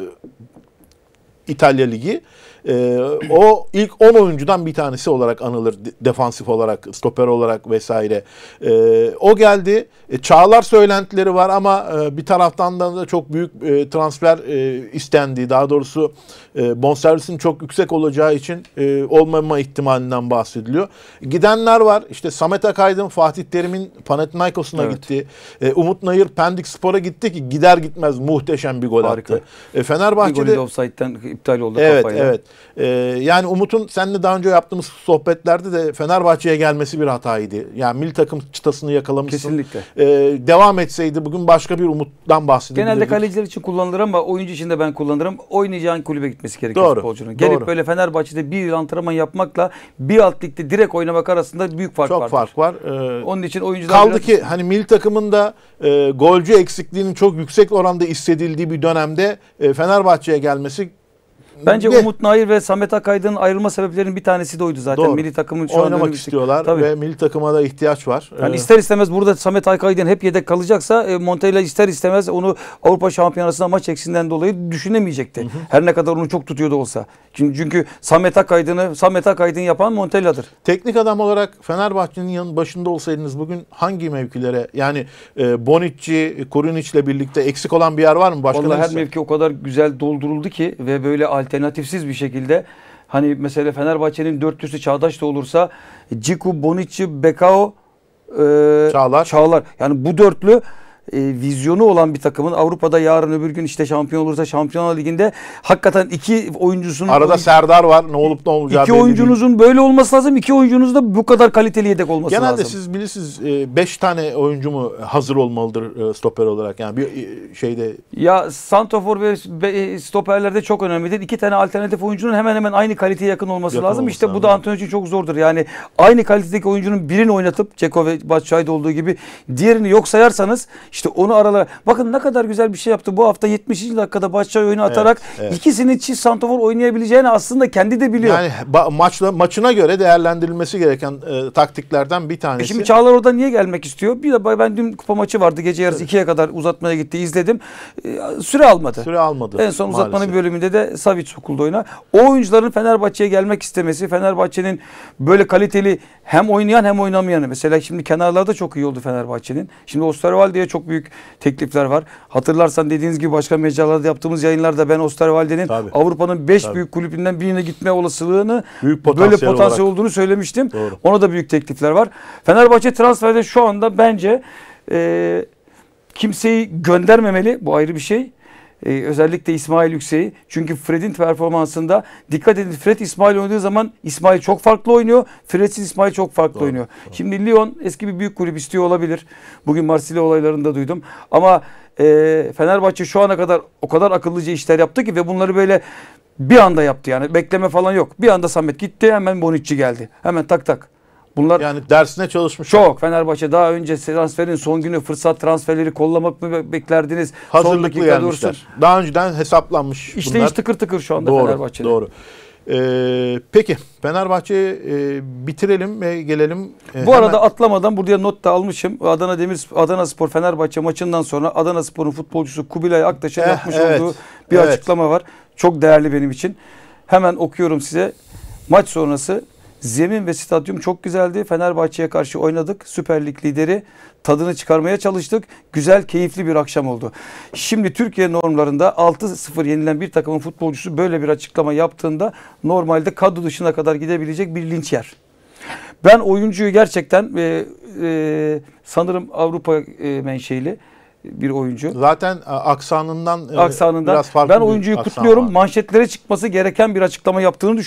İtalya Ligi. Ee, o ilk on oyuncudan bir tanesi olarak anılır. Defansif olarak, stoper olarak vesaire. Ee, o geldi. E, Çağlar söylentileri var ama e, bir taraftan da çok büyük e, transfer e, istendiği, daha doğrusu e, bonservisin çok yüksek olacağı için e, olmama ihtimalinden bahsediliyor. Gidenler var. İşte Samet Akaydın, Fatih Terim'in Panathinaikos'una Evet. gitti. E, Umut Nayır Pendik Spor'a gitti ki gider gitmez muhteşem bir gol Harika. attı. E, Bir Fenerbahçe'de golü de offside'den iptal oldu Evet, kafayla. evet. Ee, yani Umut'un seninle daha önce yaptığımız sohbetlerde de Fenerbahçe'ye gelmesi bir hataydı. Yani milli takım çıtasını yakalamışsın. Kesinlikle. Ee, devam etseydi bugün başka bir Umut'dan bahsedebilirdik. Genelde kaleciler için kullanılır ama oyuncu için de ben kullanırım. Oynayacağın kulübe gitmesi gerekiyor Doğru, futbolcunun. Gelip doğru. böyle Fenerbahçe'de bir yıl antrenman yapmakla bir alt ligde direkt oynamak arasında büyük fark Çok vardır. fark var. Ee, Onun için oyuncular kaldı biraz- ki hani milli takımın da e, golcü eksikliğinin çok yüksek oranda hissedildiği bir dönemde e, Fenerbahçe'ye gelmesi Bence ve Umut Nayır ve Samet Akaydın'ın ayrılma sebeplerinin bir tanesi de oydu zaten. Doğru. Milli takımın şu anda oynamak önümüzdeki- istiyorlar Tabii. ve milli takıma da ihtiyaç var. Yani Ee, ister istemez burada Samet Akaydın hep yedek kalacaksa e, Montella ister istemez onu Avrupa Şampiyonası'nda maç eksiğinden dolayı düşünemeyecekti. Hı hı. Her ne kadar onu çok tutuyordu olsa. Çünkü, çünkü Samet Akaydın'ı Samet Akaydın yapan Montella'dır. Teknik adam olarak Fenerbahçe'nin yanı başında olsaydınız bugün hangi mevkilere yani e, Bonucci, Kurunić'le birlikte eksik olan bir yer var mı? Başka Vallahi her neresi? mevki o kadar güzel dolduruldu ki ve böyle alternatifsiz bir şekilde hani mesela Fenerbahçe'nin dörtlüsü Çağdaş da olursa Ciku, Bonucci, Bekao, e, Çağlar. Çağlar. Yani bu dörtlü e, vizyonu olan bir takımın Avrupa'da yarın öbür gün işte şampiyon olursa Şampiyonlar Ligi'nde hakikaten iki oyuncusunun Arada oyun- Serdar var. Ne olup ne olacağı iki belli oyuncunuzun böyle olması lazım. İki oyuncunuz da bu kadar kaliteli yedek olması değil. Genelde lazım. siz bilirsiniz beş tane oyuncu mu hazır olmalıdır e, stoper olarak? Yani bir e, şeyde Ya santrafor ve ve stoperlerde çok önemlidir. İki tane alternatif oyuncunun hemen hemen aynı kaliteye yakın olması Yakın lazım. olması İşte bu lazım. da antrenör için çok zordur. Yani aynı kalitedeki oyuncunun birini oynatıp Ceko ve Batshuayi'de olduğu gibi diğerini yok sayarsanız işte onu aralara bakın ne kadar güzel bir şey yaptı. Bu hafta yetmişinci dakikada Batshuayi oyunu atarak evet. ikisinin çift santrafor oynayabileceğini aslında kendi de biliyor. yani ba- maçla maçına göre değerlendirilmesi gereken e, taktiklerden bir E tanesi. Şimdi Çağlar orada niye gelmek istiyor? Bir de ben dün kupa maçı vardı. Gece yarısı ikiye kadar uzatmaya gitti. İzledim. Ee, Süre almadı. Süre almadı. En son uzatmanın maalesef. bir bölümünde de Savic sokuldu oyuna. O oyuncuların Fenerbahçe'ye gelmek istemesi, Fenerbahçe'nin böyle kaliteli hem oynayan hem oynamayanı. Mesela şimdi kenarlarda çok iyi oldu Fenerbahçe'nin. Şimdi Osterwalde'ye çok büyük teklifler var. Hatırlarsan dediğiniz gibi başka mecralarda yaptığımız yayınlarda ben Osterwalde'nin Tabii. Avrupa'nın beş Tabii. büyük kulübünden birine gitme olasılığını Büyük böyle potansiyel potansiyel olarak. olduğunu söylemiştim. Doğru. Ona da büyük teklifler var. Fenerbahçe transferde şu anda bence e, kimseyi göndermemeli. Bu ayrı bir şey. Ee, özellikle İsmail Yüksek'i. Çünkü Fred'in performansında dikkat edin, Fred İsmail oynadığı zaman İsmail çok farklı oynuyor. Fred'siz İsmail çok farklı Doğru, oynuyor. Şimdi Lyon eski bir büyük kulüp istiyor olabilir. Bugün Marsilya olaylarında duydum. Ama e, Fenerbahçe şu ana kadar o kadar akıllıca işler yaptı ki ve bunları böyle bir anda yaptı yani. Bekleme falan yok. Bir anda Samet gitti, hemen Bonucci geldi. Hemen tak tak. Bunlar Yani dersine çalışmış. çok. Fenerbahçe daha önce transferin son günü fırsat transferleri kollamak mı beklerdiniz? Son Hazırlıklı dakika gelmişler. doğrusu. Daha önceden hesaplanmış İşte bunlar. iş tıkır tıkır şu anda Doğru, Fenerbahçe'de. doğru. Ee, peki Fenerbahçe'yi e, bitirelim ve gelelim. e, Bu hemen- arada atlamadan buraya not da almışım. Adana Demir Adana Spor Fenerbahçe maçından sonra Adana Spor'un futbolcusu Kubilay Aktaş'ın Eh, yapmış evet, olduğu bir evet. açıklama var. Çok değerli benim için. Hemen okuyorum size. Maç sonrası zemin ve stadyum çok güzeldi. Fenerbahçe'ye karşı oynadık. Süper Lig lideri. Tadını çıkarmaya çalıştık. Güzel, keyifli bir akşam oldu. Şimdi Türkiye normlarında altı sıfır yenilen bir takımın futbolcusu böyle bir açıklama yaptığında normalde kadro dışına kadar gidebilecek bir linç yer. Ben oyuncuyu gerçekten e, e, sanırım Avrupa e, menşeli bir oyuncu. Zaten a, aksanından e, Aksanından. biraz farklı Ben bir oyuncuyu aksan kutluyorum. var. Manşetlere çıkması gereken bir açıklama yaptığını düşünüyorum.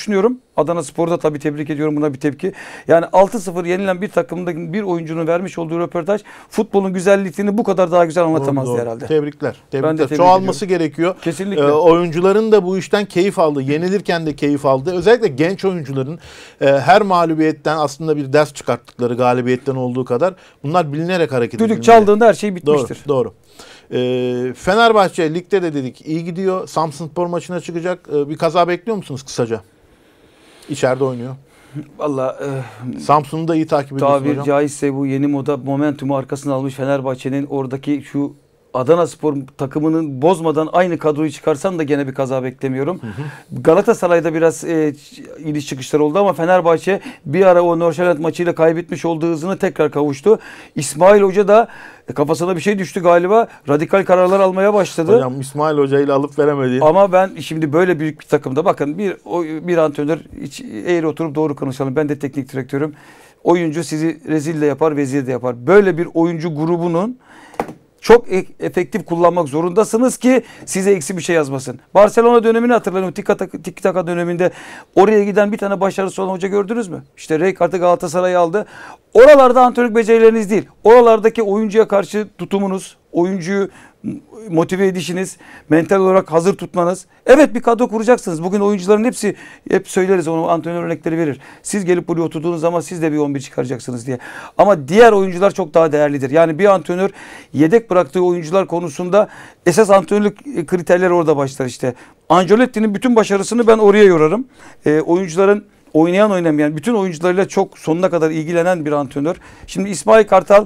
Adana Spor'u da tabii tebrik ediyorum, buna bir tepki. Yani altı sıfır yenilen bir takımda bir oyuncunun vermiş olduğu röportaj futbolun güzelliğini bu kadar daha güzel anlatamazdı Doğru, doğru. herhalde. Tebrikler. Tebrikler. tebrik Çoğalması gerekiyor. Kesinlikle. Ee, oyuncuların da bu işten keyif aldı. Yenilirken de keyif aldı. Özellikle genç oyuncuların e, her mağlubiyetten aslında bir ders çıkarttıkları, galibiyetten olduğu kadar bunlar bilinerek hareket edilmeli. Düdük çaldığında her şey bitmiştir. Doğru, doğru. Ee, Fenerbahçe ligde de dedik iyi gidiyor. Samsunspor maçına çıkacak. Ee, bir kaza bekliyor musunuz kısaca? İçeride oynuyor. Vallahi e, Samsun'u da iyi takip ediyorsun tabiri hocam. caizse bu yeni moda momentumu arkasına almış Fenerbahçe'nin oradaki şu Adana Spor takımının bozmadan aynı kadroyu çıkarsan da gene bir kaza beklemiyorum. Hı hı. Galatasaray'da biraz e, iniş çıkışlar oldu ama Fenerbahçe bir ara o Norşeland maçıyla kaybetmiş olduğu hızını tekrar kavuştu. İsmail Hoca da e, kafasına bir şey düştü galiba. Radikal kararlar almaya başladı. Hocam İsmail Hoca ile alıp veremedi. Ama ben şimdi böyle büyük bir takımda bakın bir o, bir antrenör hiç eğri oturup doğru konuşalım. Ben de teknik direktörüm. Oyuncu sizi rezil de yapar, vezir de yapar. Böyle bir oyuncu grubunun çok e- efektif kullanmak zorundasınız ki size eksi bir şey yazmasın. Barcelona dönemini hatırlayın. Tiki Taka döneminde oraya giden bir tane başarısı olan hoca gördünüz mü? İşte Rijkaard'ı Galatasaray'ı aldı. Oralarda antrenörlük becerileriniz değil. Oralardaki oyuncuya karşı tutumunuz, oyuncuyu motive edişiniz, mental olarak hazır tutmanız. Evet, bir kadro kuracaksınız. Bugün oyuncuların hepsi, hep söyleriz, onu antrenör örnekleri verir. Siz gelip buraya oturduğunuz zaman siz de bir on bir çıkaracaksınız diye. Ama diğer oyuncular çok daha değerlidir. Yani bir antrenör yedek bıraktığı oyuncular konusunda esas antrenörlük kriterleri orada başlar işte. Ancelotti'nin bütün başarısını ben oraya yorarım. E, oyuncuların oynayan oynamayan bütün oyuncularıyla çok sonuna kadar ilgilenen bir antrenör. Şimdi İsmail Kartal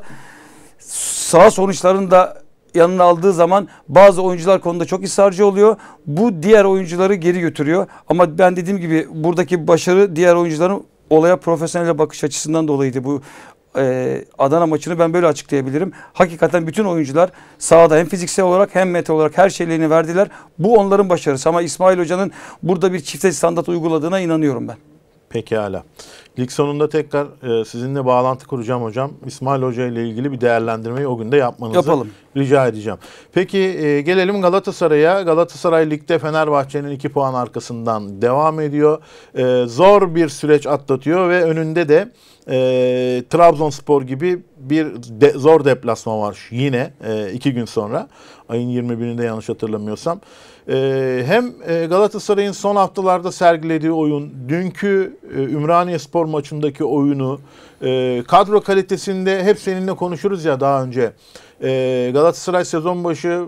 sağ sonuçlarını da yanına aldığı zaman bazı oyuncular konuda çok ısrarcı oluyor. Bu diğer oyuncuları geri götürüyor. Ama ben dediğim gibi buradaki başarı diğer oyuncuların olaya profesyonel bakış açısından dolayıydı. Bu e, Adana maçını ben böyle açıklayabilirim. Hakikaten bütün oyuncular sahada hem fiziksel olarak hem mental olarak her şeylerini verdiler. Bu onların başarısı ama İsmail Hoca'nın burada bir çifte standart uyguladığına inanıyorum ben. Pekala. Lig sonunda tekrar e, sizinle bağlantı kuracağım hocam. İsmail Hoca ile ilgili bir değerlendirmeyi o gün de yapmanızı Yapalım. rica edeceğim. Peki e, gelelim Galatasaray'a. Galatasaray ligde Fenerbahçe'nin iki puan arkasından devam ediyor. E, zor bir süreç atlatıyor ve önünde de e, Trabzonspor gibi bir de, zor deplasman var yine e, iki gün sonra. Ayın yirmi birinde yanlış hatırlamıyorsam. Ee, hem Galatasaray'ın son haftalarda sergilediği oyun, dünkü e, Ümraniyespor maçındaki oyunu, e, kadro kalitesinde hep seninle konuşuruz ya daha önce. E, Galatasaray sezon başı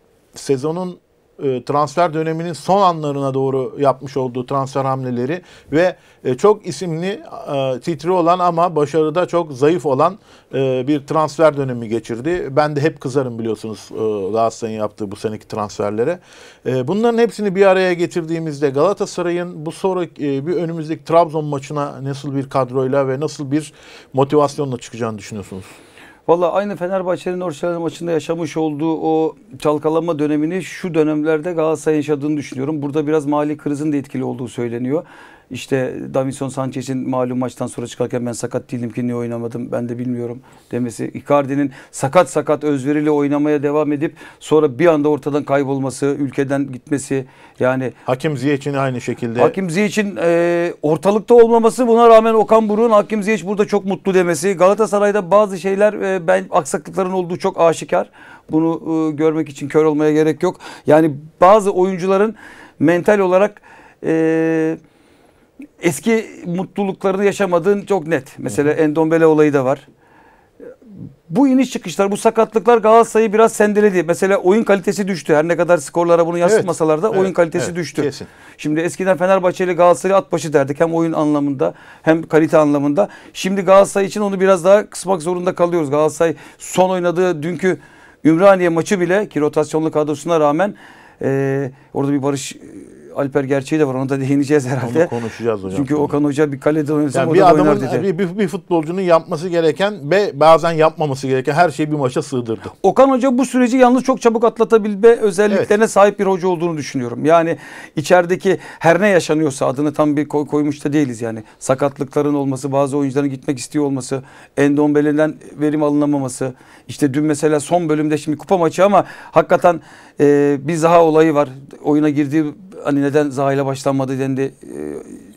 sezonun e, transfer döneminin son anlarına doğru yapmış olduğu transfer hamleleri ve e, çok isimli, e, titri olan ama başarıda çok zayıf olan e, bir transfer dönemi geçirdi. Ben de hep kızarım biliyorsunuz e, Galatasaray'ın yaptığı bu seneki transferlere. E, bunların hepsini bir araya getirdiğimizde Galatasaray'ın bu sonraki e, bir önümüzdeki Trabzon maçına nasıl bir kadroyla ve nasıl bir motivasyonla çıkacağını düşünüyorsunuz? Valla aynı Fenerbahçe'nin Norşehir maçında yaşamış olduğu o çalkalama dönemini şu dönemlerde Galatasaray yaşadığını düşünüyorum. Burada biraz mali krizin de etkili olduğu söyleniyor. İşte Davinson Sanchez'in malum maçtan sonra çıkarken ben sakat değilim ki niye oynamadım ben de bilmiyorum demesi. Icardi'nin sakat sakat özveriyle oynamaya devam edip sonra bir anda ortadan kaybolması, ülkeden gitmesi. Yani Hakim Ziyech'in aynı şekilde. Hakim Ziyech'in e, ortalıkta olmaması, buna rağmen Okan Buruk'un Hakim Ziyech burada çok mutlu demesi. Galatasaray'da bazı şeyler e, ben aksaklıkların olduğu çok aşikar. Bunu e, görmek için kör olmaya gerek yok. Yani bazı oyuncuların mental olarak e, eski mutluluklarını yaşamadığın çok net. Mesela hı hı. Endombele olayı da var. Bu iniş çıkışlar, bu sakatlıklar Galatasaray'ı biraz sendeledi. Mesela oyun kalitesi düştü. Her ne kadar skorlara bunu yansıtmasalar da evet, oyun kalitesi evet, düştü. Kesin. Şimdi eskiden Fenerbahçe ile Galatasaray'ı at başı derdik. Hem oyun anlamında hem kalite anlamında. Şimdi Galatasaray için onu biraz daha kısmak zorunda kalıyoruz. Galatasaray son oynadığı dünkü Ümraniye maçı bile ki rotasyonlu kadrosuna rağmen e, orada bir Barış Alper gerçeği de var. Onu da değineceğiz herhalde. Onu konuşacağız hocam. Çünkü Okan Hoca bir kalede oynasam yani o bir da adamın, oynar dedi. Bir, bir, bir futbolcunun yapması gereken ve bazen yapmaması gereken her şeyi bir maça sığdırdı. Okan Hoca bu süreci yalnız çok çabuk atlatabilme özelliklerine evet. sahip bir hoca olduğunu düşünüyorum. Yani içerideki her ne yaşanıyorsa adını tam bir koy, koymuş da değiliz yani. Sakatlıkların olması, bazı oyuncuların gitmek istiyor olması, Endombele'den verim alınamaması. İşte dün mesela son bölümde şimdi kupa maçı ama hakikaten e, bir Zaha olayı var. Oyuna girdiği hani neden Zaha ile başlanmadı dendi. E,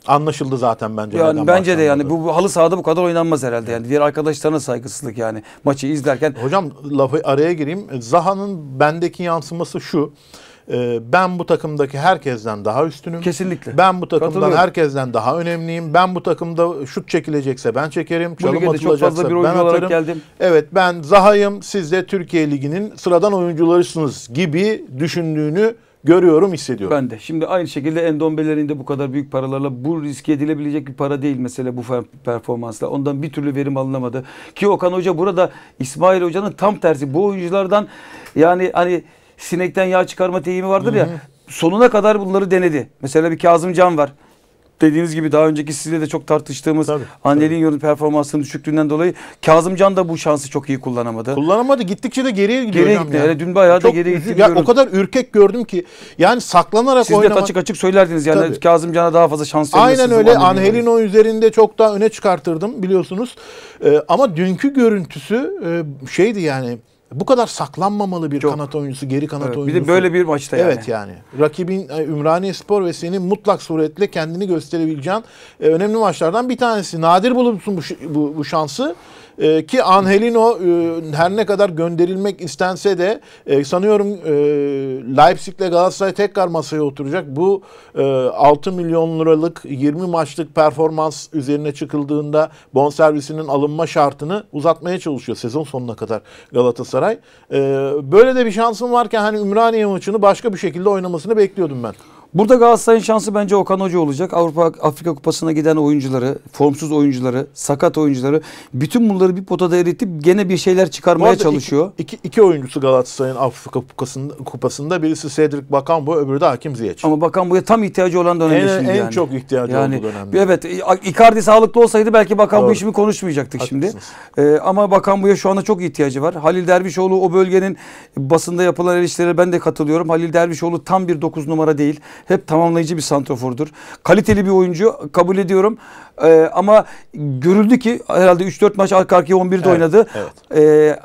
Anlaşıldı zaten bence. Yani neden bence de yani başlanmadı. bu, bu halı sahada bu kadar oynanmaz herhalde yani. Diğer arkadaşlarına saygısızlık yani. Maçı izlerken Hocam lafı araya gireyim. Zaha'nın bendeki yansıması şu. Ee, Ben bu takımdaki herkesten daha üstünüm. kesinlikle. Ben bu takımdan Katılıyorum. herkesten daha önemliyim. Ben bu takımda şut çekilecekse ben çekerim. Bu Çalım ligde çok atılacaksa fazla bir ben oyuncu olarak atarım. geldim. Evet, ben Zaha'yım, siz de Türkiye Ligi'nin sıradan oyuncularısınız gibi düşündüğünü görüyorum, hissediyorum. Ben de. Şimdi aynı şekilde Endombele'nin de bu kadar büyük paralarla bu riske edilebilecek bir para değil mesela bu fer- performansla. Ondan bir türlü verim alınamadı. Ki Okan Hoca burada İsmail Hoca'nın tam tersi. Bu oyunculardan yani hani sinekten yağ çıkarma deyimi vardır ya. Sonuna kadar bunları denedi. Mesela bir Kazım Can var. Dediğiniz gibi daha önceki sizle de çok tartıştığımız Tabii, Angelinho'nun performansının düşüklüğünden dolayı Kazım Can da bu şansı çok iyi kullanamadı. Kullanamadı. Gittikçe de geriye gidiyor Geriye hocam gitti. ya. Hele dün bayağı da Çok geriye üzü- gitti. ya o kadar ürkek gördüm ki. Yani saklanarak Siz de oynamak. açık açık söylerdiniz yani Tabii. Kazım Can'a daha fazla şans Aynen vermesi öyle. lazım Angelinho'ya. Angelino üzerinde çok daha öne çıkartırdım biliyorsunuz. Ee, ama dünkü görüntüsü e, şeydi yani. Bu kadar saklanmamalı bir Çok. kanat oyuncusu, geri kanat Evet, bir oyuncusu. de böyle bir maçta yani. Evet yani. Rakibin e, Ümraniyespor ve senin mutlak suretle kendini gösterebileceğin e, önemli maçlardan bir tanesi. Nadir bulursun bu, ş- bu, bu şansı. E, ki Angelino e, her ne kadar gönderilmek istense de e, sanıyorum e, Leipzig'le Galatasaray tekrar masaya oturacak. Bu e, altı milyon liralık yirmi maçlık performans üzerine çıkıldığında bonservisinin alınma şartını uzatmaya çalışıyor sezon sonuna kadar Galatasaray. E, böyle de bir şansım varken hani Ümraniye maçını başka bir şekilde oynamasını bekliyordum ben. Burada Galatasaray'ın şansı bence Okan Hoca olacak. Avrupa Afrika Kupası'na giden oyuncuları, formsuz oyuncuları, sakat oyuncuları bütün bunları bir potada eritip gene bir şeyler Bu çıkarmaya arada çalışıyor. Iki, iki, iki oyuncusu Galatasaray'ın Afrika kupasında, kupasında birisi Cedric Bakambu, öbürü de Hakim Ziyech. Ama Bakan Bu'ya tam ihtiyacı olan dönemde En, şimdi en yani. çok ihtiyacı yani, olduğu dönemde. Evet, Icardi sağlıklı olsaydı belki Bakan Doğru. Bu işimi konuşmayacaktık şimdi. Haklısınız. Ee, ama Bakan Bu'ya şu anda çok ihtiyacı var. Halil Dervişoğlu o bölgenin basında yapılan eleştirilere ben de katılıyorum. Halil Dervişoğlu tam bir dokuz numara değil. Hep tamamlayıcı bir santrofordur. Kaliteli bir oyuncu, kabul ediyorum. Ee, ama görüldü ki herhalde üç dört maç arka arkaya on birde Evet, oynadı. evet.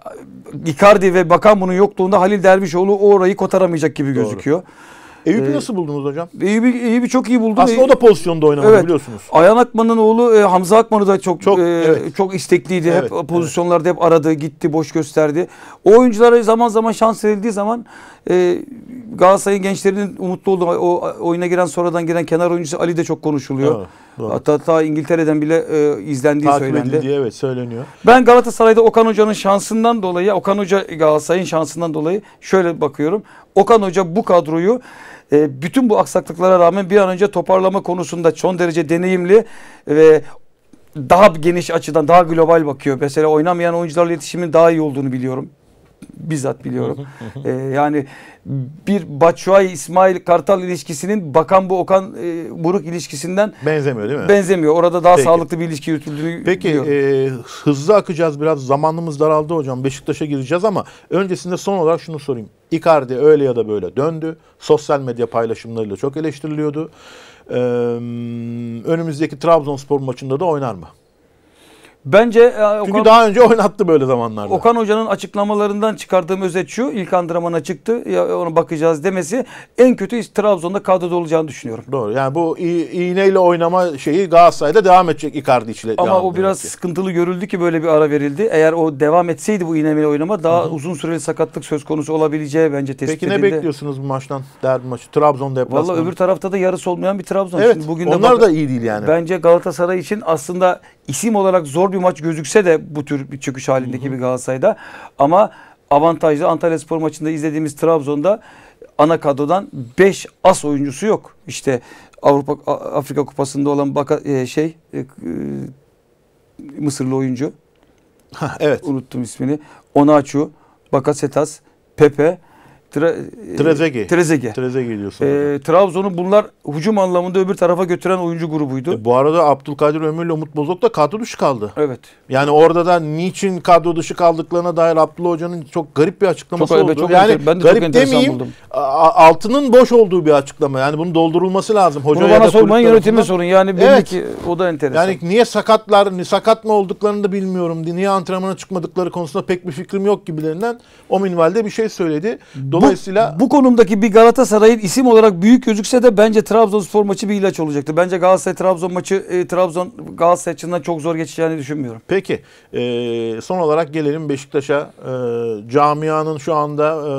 Ee, Icardi ve Bakan Bu'nun yokluğunda Halil Dervişoğlu o orayı kotaramayacak gibi Doğru. gözüküyor. Eyüp'ü Ee, nasıl buldunuz hocam? İyi bir, iyi bir çok iyi buldum. Aslında o da pozisyonda oynamadı Evet. biliyorsunuz. Ayhan Akman'ın oğlu e, Hamza Akman'ı da çok Çok, e, evet. çok istekliydi. Evet, hep pozisyonlarda hep aradı, gitti, boş gösterdi. O oyunculara zaman zaman şans verildiği zaman e, Galatasaray'ın gençlerinin umutlu olduğu o oyuna giren sonradan giren kenar oyuncusu Ali de çok konuşuluyor. Doğru, doğru. Hatta ta İngiltere'den bile e, izlendiği Takip söylendi. edildiği evet söyleniyor. Ben Galatasaray'da Okan Hoca'nın şansından dolayı, Okan Hoca Galatasaray'ın şansından dolayı şöyle bakıyorum. Okan Hoca bu kadroyu e, bütün bu aksaklıklara rağmen bir an önce toparlama konusunda son derece deneyimli ve daha geniş açıdan, daha global bakıyor. Mesela oynamayan oyuncularla iletişimin daha iyi olduğunu biliyorum. Bizzat biliyorum. ee, yani bir Batshuayi İsmail Kartal ilişkisinin Bakan Bu Okan e, Buruk ilişkisinden Benzemiyor değil mi? benzemiyor. Orada daha Peki. sağlıklı bir ilişki yürütüldüğünü Peki biliyorum. e, hızlı akacağız biraz. Zamanımız daraldı hocam. Beşiktaş'a gireceğiz ama öncesinde son olarak şunu sorayım. Icardi öyle ya da böyle döndü. Sosyal medya paylaşımlarıyla çok eleştiriliyordu. Ee, önümüzdeki Trabzonspor maçında da oynar mı? Bence e, Çünkü Okan, daha önce oynattı böyle zamanlarda. Okan Hoca'nın açıklamalarından çıkardığım özet şu. İlk antrenmana çıktı. Ya ona bakacağız demesi en kötü Trabzon'da kadroda olacağını düşünüyorum. Doğru. Yani bu i- iğneyle oynama şeyi Galatasaray'da devam edecek Icardi ile. Ama devam o biraz edecek. sıkıntılı görüldü ki böyle bir ara verildi. Eğer o devam etseydi bu iğneyle oynama daha uzun süreli sakatlık söz konusu olabileceği bence tespit Peki ne edildi. bekliyorsunuz bu maçtan? Derbi maçı. Trabzon deplasmanı. Vallahi öbür tarafta da yarısı olmayan bir Trabzon. Evet. Şimdi bugün de onlar bak- da iyi değil yani. Bence Galatasaray için aslında isim olarak zor bir maç gözükse de bu tür bir çöküş halindeki bir Galatasaray'da ama avantajlı Antalyaspor maçında izlediğimiz Trabzon'da ana kadrodan beş as oyuncusu yok. İşte Avrupa A- Afrika Kupası'nda olan baka, e, şey e, e, Mısırlı oyuncu. Evet. Unuttum ismini. Onaçu, Bakasetas, Pepe, Tre, Trezeguet. Trezeguet. Trezeguet diyorsun. E, Trabzon'u bunlar hücum anlamında öbür tarafa götüren oyuncu grubuydu. E, bu arada Abdülkadir Ömür ile Umut Bozok da kadro dışı kaldı. Evet. Yani orada da niçin kadro dışı kaldıklarına dair Abdullah Hoca'nın çok garip bir açıklaması Çok- oldu. evet, çok yani enter- ben de çok garip enteresan demeyeyim, buldum. a- altının boş olduğu bir açıklama. Yani bunun doldurulması lazım. Hoca Bunu ya bana da sormayın, kulüp yönetime tarafından. sorun. Yani belli Evet. ki o da enteresan. Yani niye sakatlar, ni sakat mı olduklarını da bilmiyorum. Niye antrenmana çıkmadıkları konusunda pek bir fikrim yok gibilerinden o minvalde bir şey söyledi. Bu Dolayısıyla bu, bu konumdaki bir Galatasaray'ın isim olarak büyük gözükse de bence Trabzonspor maçı bir ilaç olacaktı. Bence Galatasaray Trabzon maçı e, Trabzon Galatasaray açısından çok zor geçeceğini düşünmüyorum. peki e, son olarak gelelim Beşiktaş'a. E, camianın şu anda e,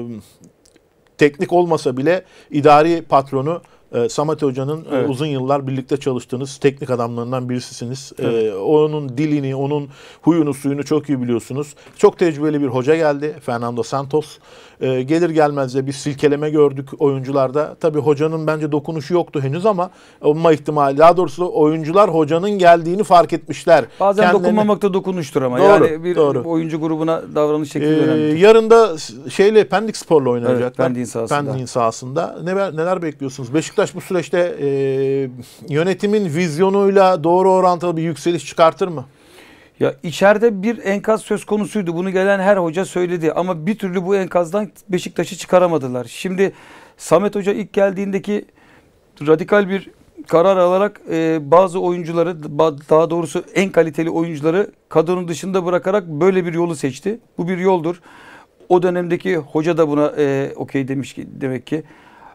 teknik olmasa bile idari patronu e, Samet Hoca'nın e, Evet. uzun yıllar birlikte çalıştığınız teknik adamlarından birisisiniz. E, Evet. onun dilini, onun huyunu, suyunu çok iyi biliyorsunuz. Çok tecrübeli bir hoca geldi, Fernando Santos. E, gelir gelmez de bir silkeleme gördük oyuncularda. Tabii hocanın bence dokunuşu yoktu henüz ama olma ihtimali. Daha doğrusu oyuncular hocanın geldiğini fark etmişler. Bazen Kendilerini- dokunmamak da dokunuştur ama. Doğru, yani bir doğru. oyuncu grubuna davranış şekli Ee, önemli. yarın da şeyle Pendik Spor'la oynayacaklar. Evet, Pendik'in sahasında. Pendik'in sahasında. Neler, neler bekliyorsunuz? Beşiktaş bu süreçte e, yönetimin vizyonuyla doğru orantılı bir yükseliş çıkartır mı? Ya içeride bir enkaz söz konusuydu. Bunu gelen her hoca söyledi ama bir türlü bu enkazdan Beşiktaş'ı çıkaramadılar. Şimdi Samet Hoca ilk geldiğindeki radikal bir karar alarak e, bazı oyuncuları, ba- daha doğrusu en kaliteli oyuncuları kadronun dışında bırakarak böyle bir yolu seçti. Bu bir yoldur. O dönemdeki hoca da buna e, okey demiş ki demek ki.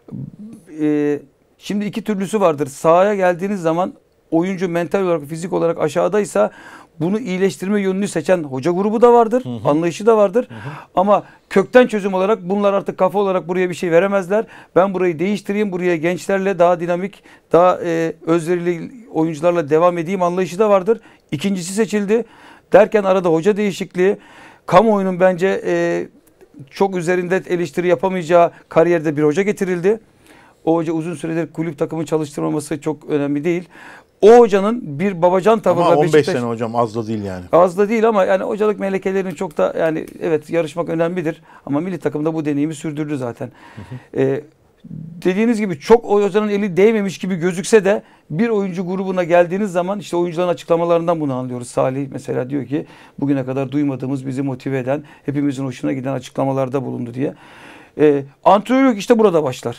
E, şimdi iki türlüsü vardır. Sahaya geldiğiniz zaman oyuncu mental olarak, fizik olarak aşağıdaysa bunu iyileştirme yönünü seçen hoca grubu da vardır. Hı hı. Anlayışı da vardır. Hı hı. Ama kökten çözüm olarak bunlar artık kafa olarak buraya bir şey veremezler. Ben burayı değiştireyim, buraya gençlerle daha dinamik, daha e, özverili oyuncularla devam edeyim anlayışı da vardır. İkincisi seçildi. Derken arada hoca değişikliği, kamuoyunun bence e, çok üzerinde eleştiri yapamayacağı kariyerde bir hoca getirildi. O hoca uzun süredir kulüp takımı çalıştırmaması çok önemli değil. O hocanın bir babacan tavırla Ama on beş Beşiktaş... sene hocam az da değil yani. Az da değil ama yani hocalık melekelerinin çok da yani evet yarışmak önemlidir. Ama milli takımda bu deneyimi sürdürdü zaten. Hı hı. Ee, dediğiniz gibi çok o hocanın eli değmemiş gibi gözükse de bir oyuncu grubuna geldiğiniz zaman işte oyuncuların açıklamalarından bunu anlıyoruz. Salih mesela diyor ki bugüne kadar duymadığımız, bizi motive eden, hepimizin hoşuna giden açıklamalarda bulundu diye. Ee, antrenörlük işte burada başlar.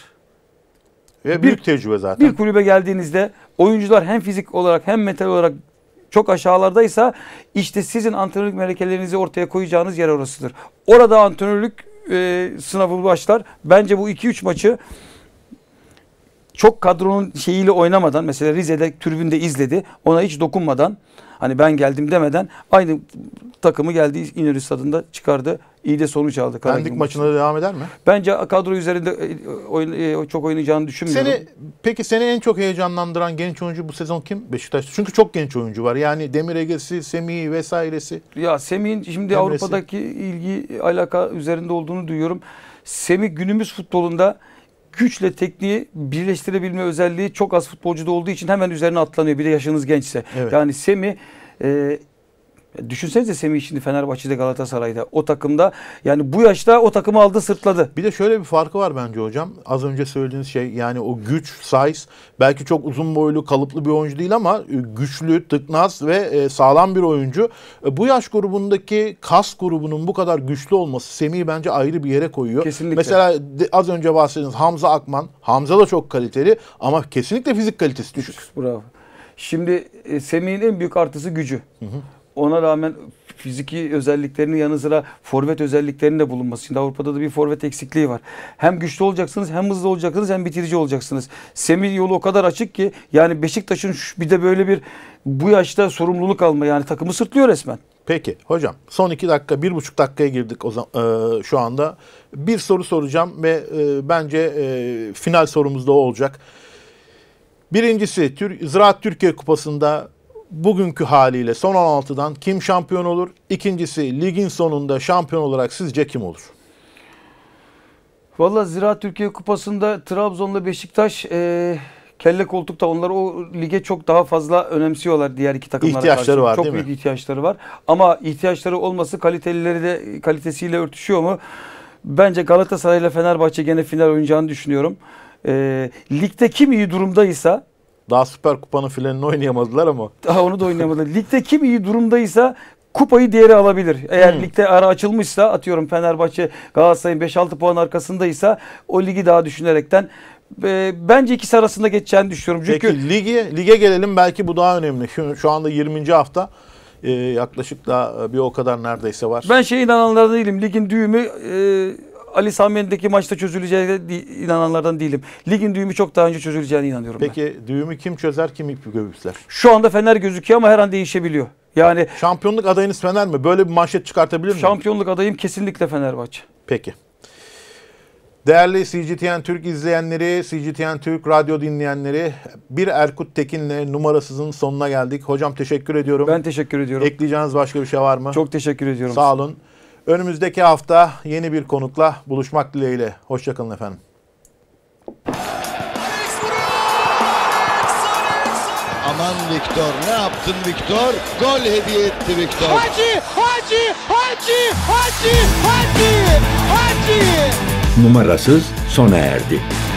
Ve büyük bir, tecrübe zaten. Bir kulübe geldiğinizde oyuncular hem fizik olarak hem mental olarak çok aşağılardaysa işte sizin antrenörlük melekelerinizi ortaya koyacağınız yer orasıdır. Orada antrenörlük e, sınavı başlar. Bence bu iki üç maçı çok kadronun şeyiyle oynamadan, mesela Rize'de tribünde izledi. Ona hiç dokunmadan, hani ben geldim demeden aynı takımı geldi İnönü Stadı'nda çıkardı. İyi de sonuç aldı. Pendik maçına da devam eder mi? Bence kadro üzerinde oyun, çok oynayacağını düşünmüyorum. Seni, peki seni en çok heyecanlandıran genç oyuncu bu sezon kim? Beşiktaş. Çünkü çok genç oyuncu var. Yani Demir Ege'si, Semih'i vesairesi. Ya Semih'in şimdi Emre'si. Avrupa'daki ilgi alaka üzerinde olduğunu duyuyorum. Semih günümüz futbolunda güçle tekniği birleştirebilme özelliği çok az futbolcuda olduğu için hemen üzerine atlanıyor. Bir de yaşınız gençse. Evet. Yani Semih e, düşünsenize Semih şimdi Fenerbahçe'de, Galatasaray'da o takımda, yani bu yaşta o takımı aldı sırtladı. Bir de şöyle bir farkı var bence hocam. Az önce söylediğiniz şey, yani o güç, size, belki çok uzun boylu, kalıplı bir oyuncu değil ama güçlü, tıknaz ve sağlam bir oyuncu. Bu yaş grubundaki kas grubunun bu kadar güçlü olması Semih'i bence ayrı bir yere koyuyor. Kesinlikle. Mesela az önce bahsettiğiniz Hamza Akman. Hamza da çok kaliteli ama kesinlikle fizik kalitesi düşük. Bravo. Şimdi e, Semih'in en büyük artısı gücü. Hı hı. Ona rağmen fiziki özelliklerinin yanı sıra forvet özelliklerinin de bulunması. Şimdi Avrupa'da da bir forvet eksikliği var. Hem güçlü olacaksınız, hem hızlı olacaksınız, hem bitirici olacaksınız. Semih yolu o kadar açık ki yani Beşiktaş'ın bir de böyle bir bu yaşta sorumluluk alma, yani takımı sırtlıyor resmen. Peki hocam, son iki dakika, bir buçuk dakikaya girdik o zaman, e, şu anda. Bir soru soracağım ve e, bence e, final sorumuz da o olacak. Birincisi, Tür Ziraat Türkiye Kupası'nda bugünkü haliyle son on altıdan kim şampiyon olur? İkincisi, ligin sonunda şampiyon olarak sizce kim olur? Vallahi Ziraat Türkiye Kupası'nda Trabzon'la Beşiktaş e, kelle koltukta, onlar o lige çok daha fazla önemsiyorlar diğer iki takımlara İhtiyaçları karşı. var, çok değil büyük mi? ihtiyaçları var. Ama ihtiyaçları olması kalitelileri de kalitesiyle örtüşüyor mu? Bence Galatasaray ile Fenerbahçe gene final oynayacağını düşünüyorum. E, ligde kim iyi durumdaysa, Daha Süper Kupa'nın finalini oynayamadılar ama. daha onu da oynayamadı. Ligde kim iyi durumdaysa kupayı diğeri alabilir. Eğer hmm. ligde ara açılmışsa, atıyorum Fenerbahçe Galatasaray'ın beş altı puan arkasındaysa o ligi daha düşünerekten e, bence ikisi arasında geçeceğini düşünüyorum. Çünkü Peki lige, lige gelelim, belki bu daha önemli. Şu, şu anda yirminci hafta. Ee, yaklaşık da bir o kadar neredeyse var. Ben şey inananlardan değilim. Ligin düğümü e, Ali Sami'ndeki maçta çözüleceğine di- inananlardan değilim. Ligin düğümü çok daha önce çözüleceğine inanıyorum ben. Peki düğümü kim çözer, kim ipi göğüsler? Şu anda Fener gözüküyor ama her an değişebiliyor. Yani Şampiyonluk adayınız Fener mi? Böyle bir manşet çıkartabilir miyim? şampiyonluk adayım kesinlikle Fenerbahçe. Peki. Değerli C G T N Türk izleyenleri, C G T N Türk radyo dinleyenleri, bir Erkut Tekin'le numarasızın sonuna geldik. Hocam teşekkür ediyorum. Ben teşekkür ediyorum. Ekleyeceğiniz başka bir şey var mı? Çok teşekkür ediyorum. Sağ olun. Önümüzdeki hafta yeni bir konukla buluşmak dileğiyle. Hoşçakalın efendim. Aman Viktor, ne yaptın Viktor? Gol hediye etti Viktor. Hacı, Hacı, Hacı, Hacı, Hacı, Hacı. Numarasız sona erdi.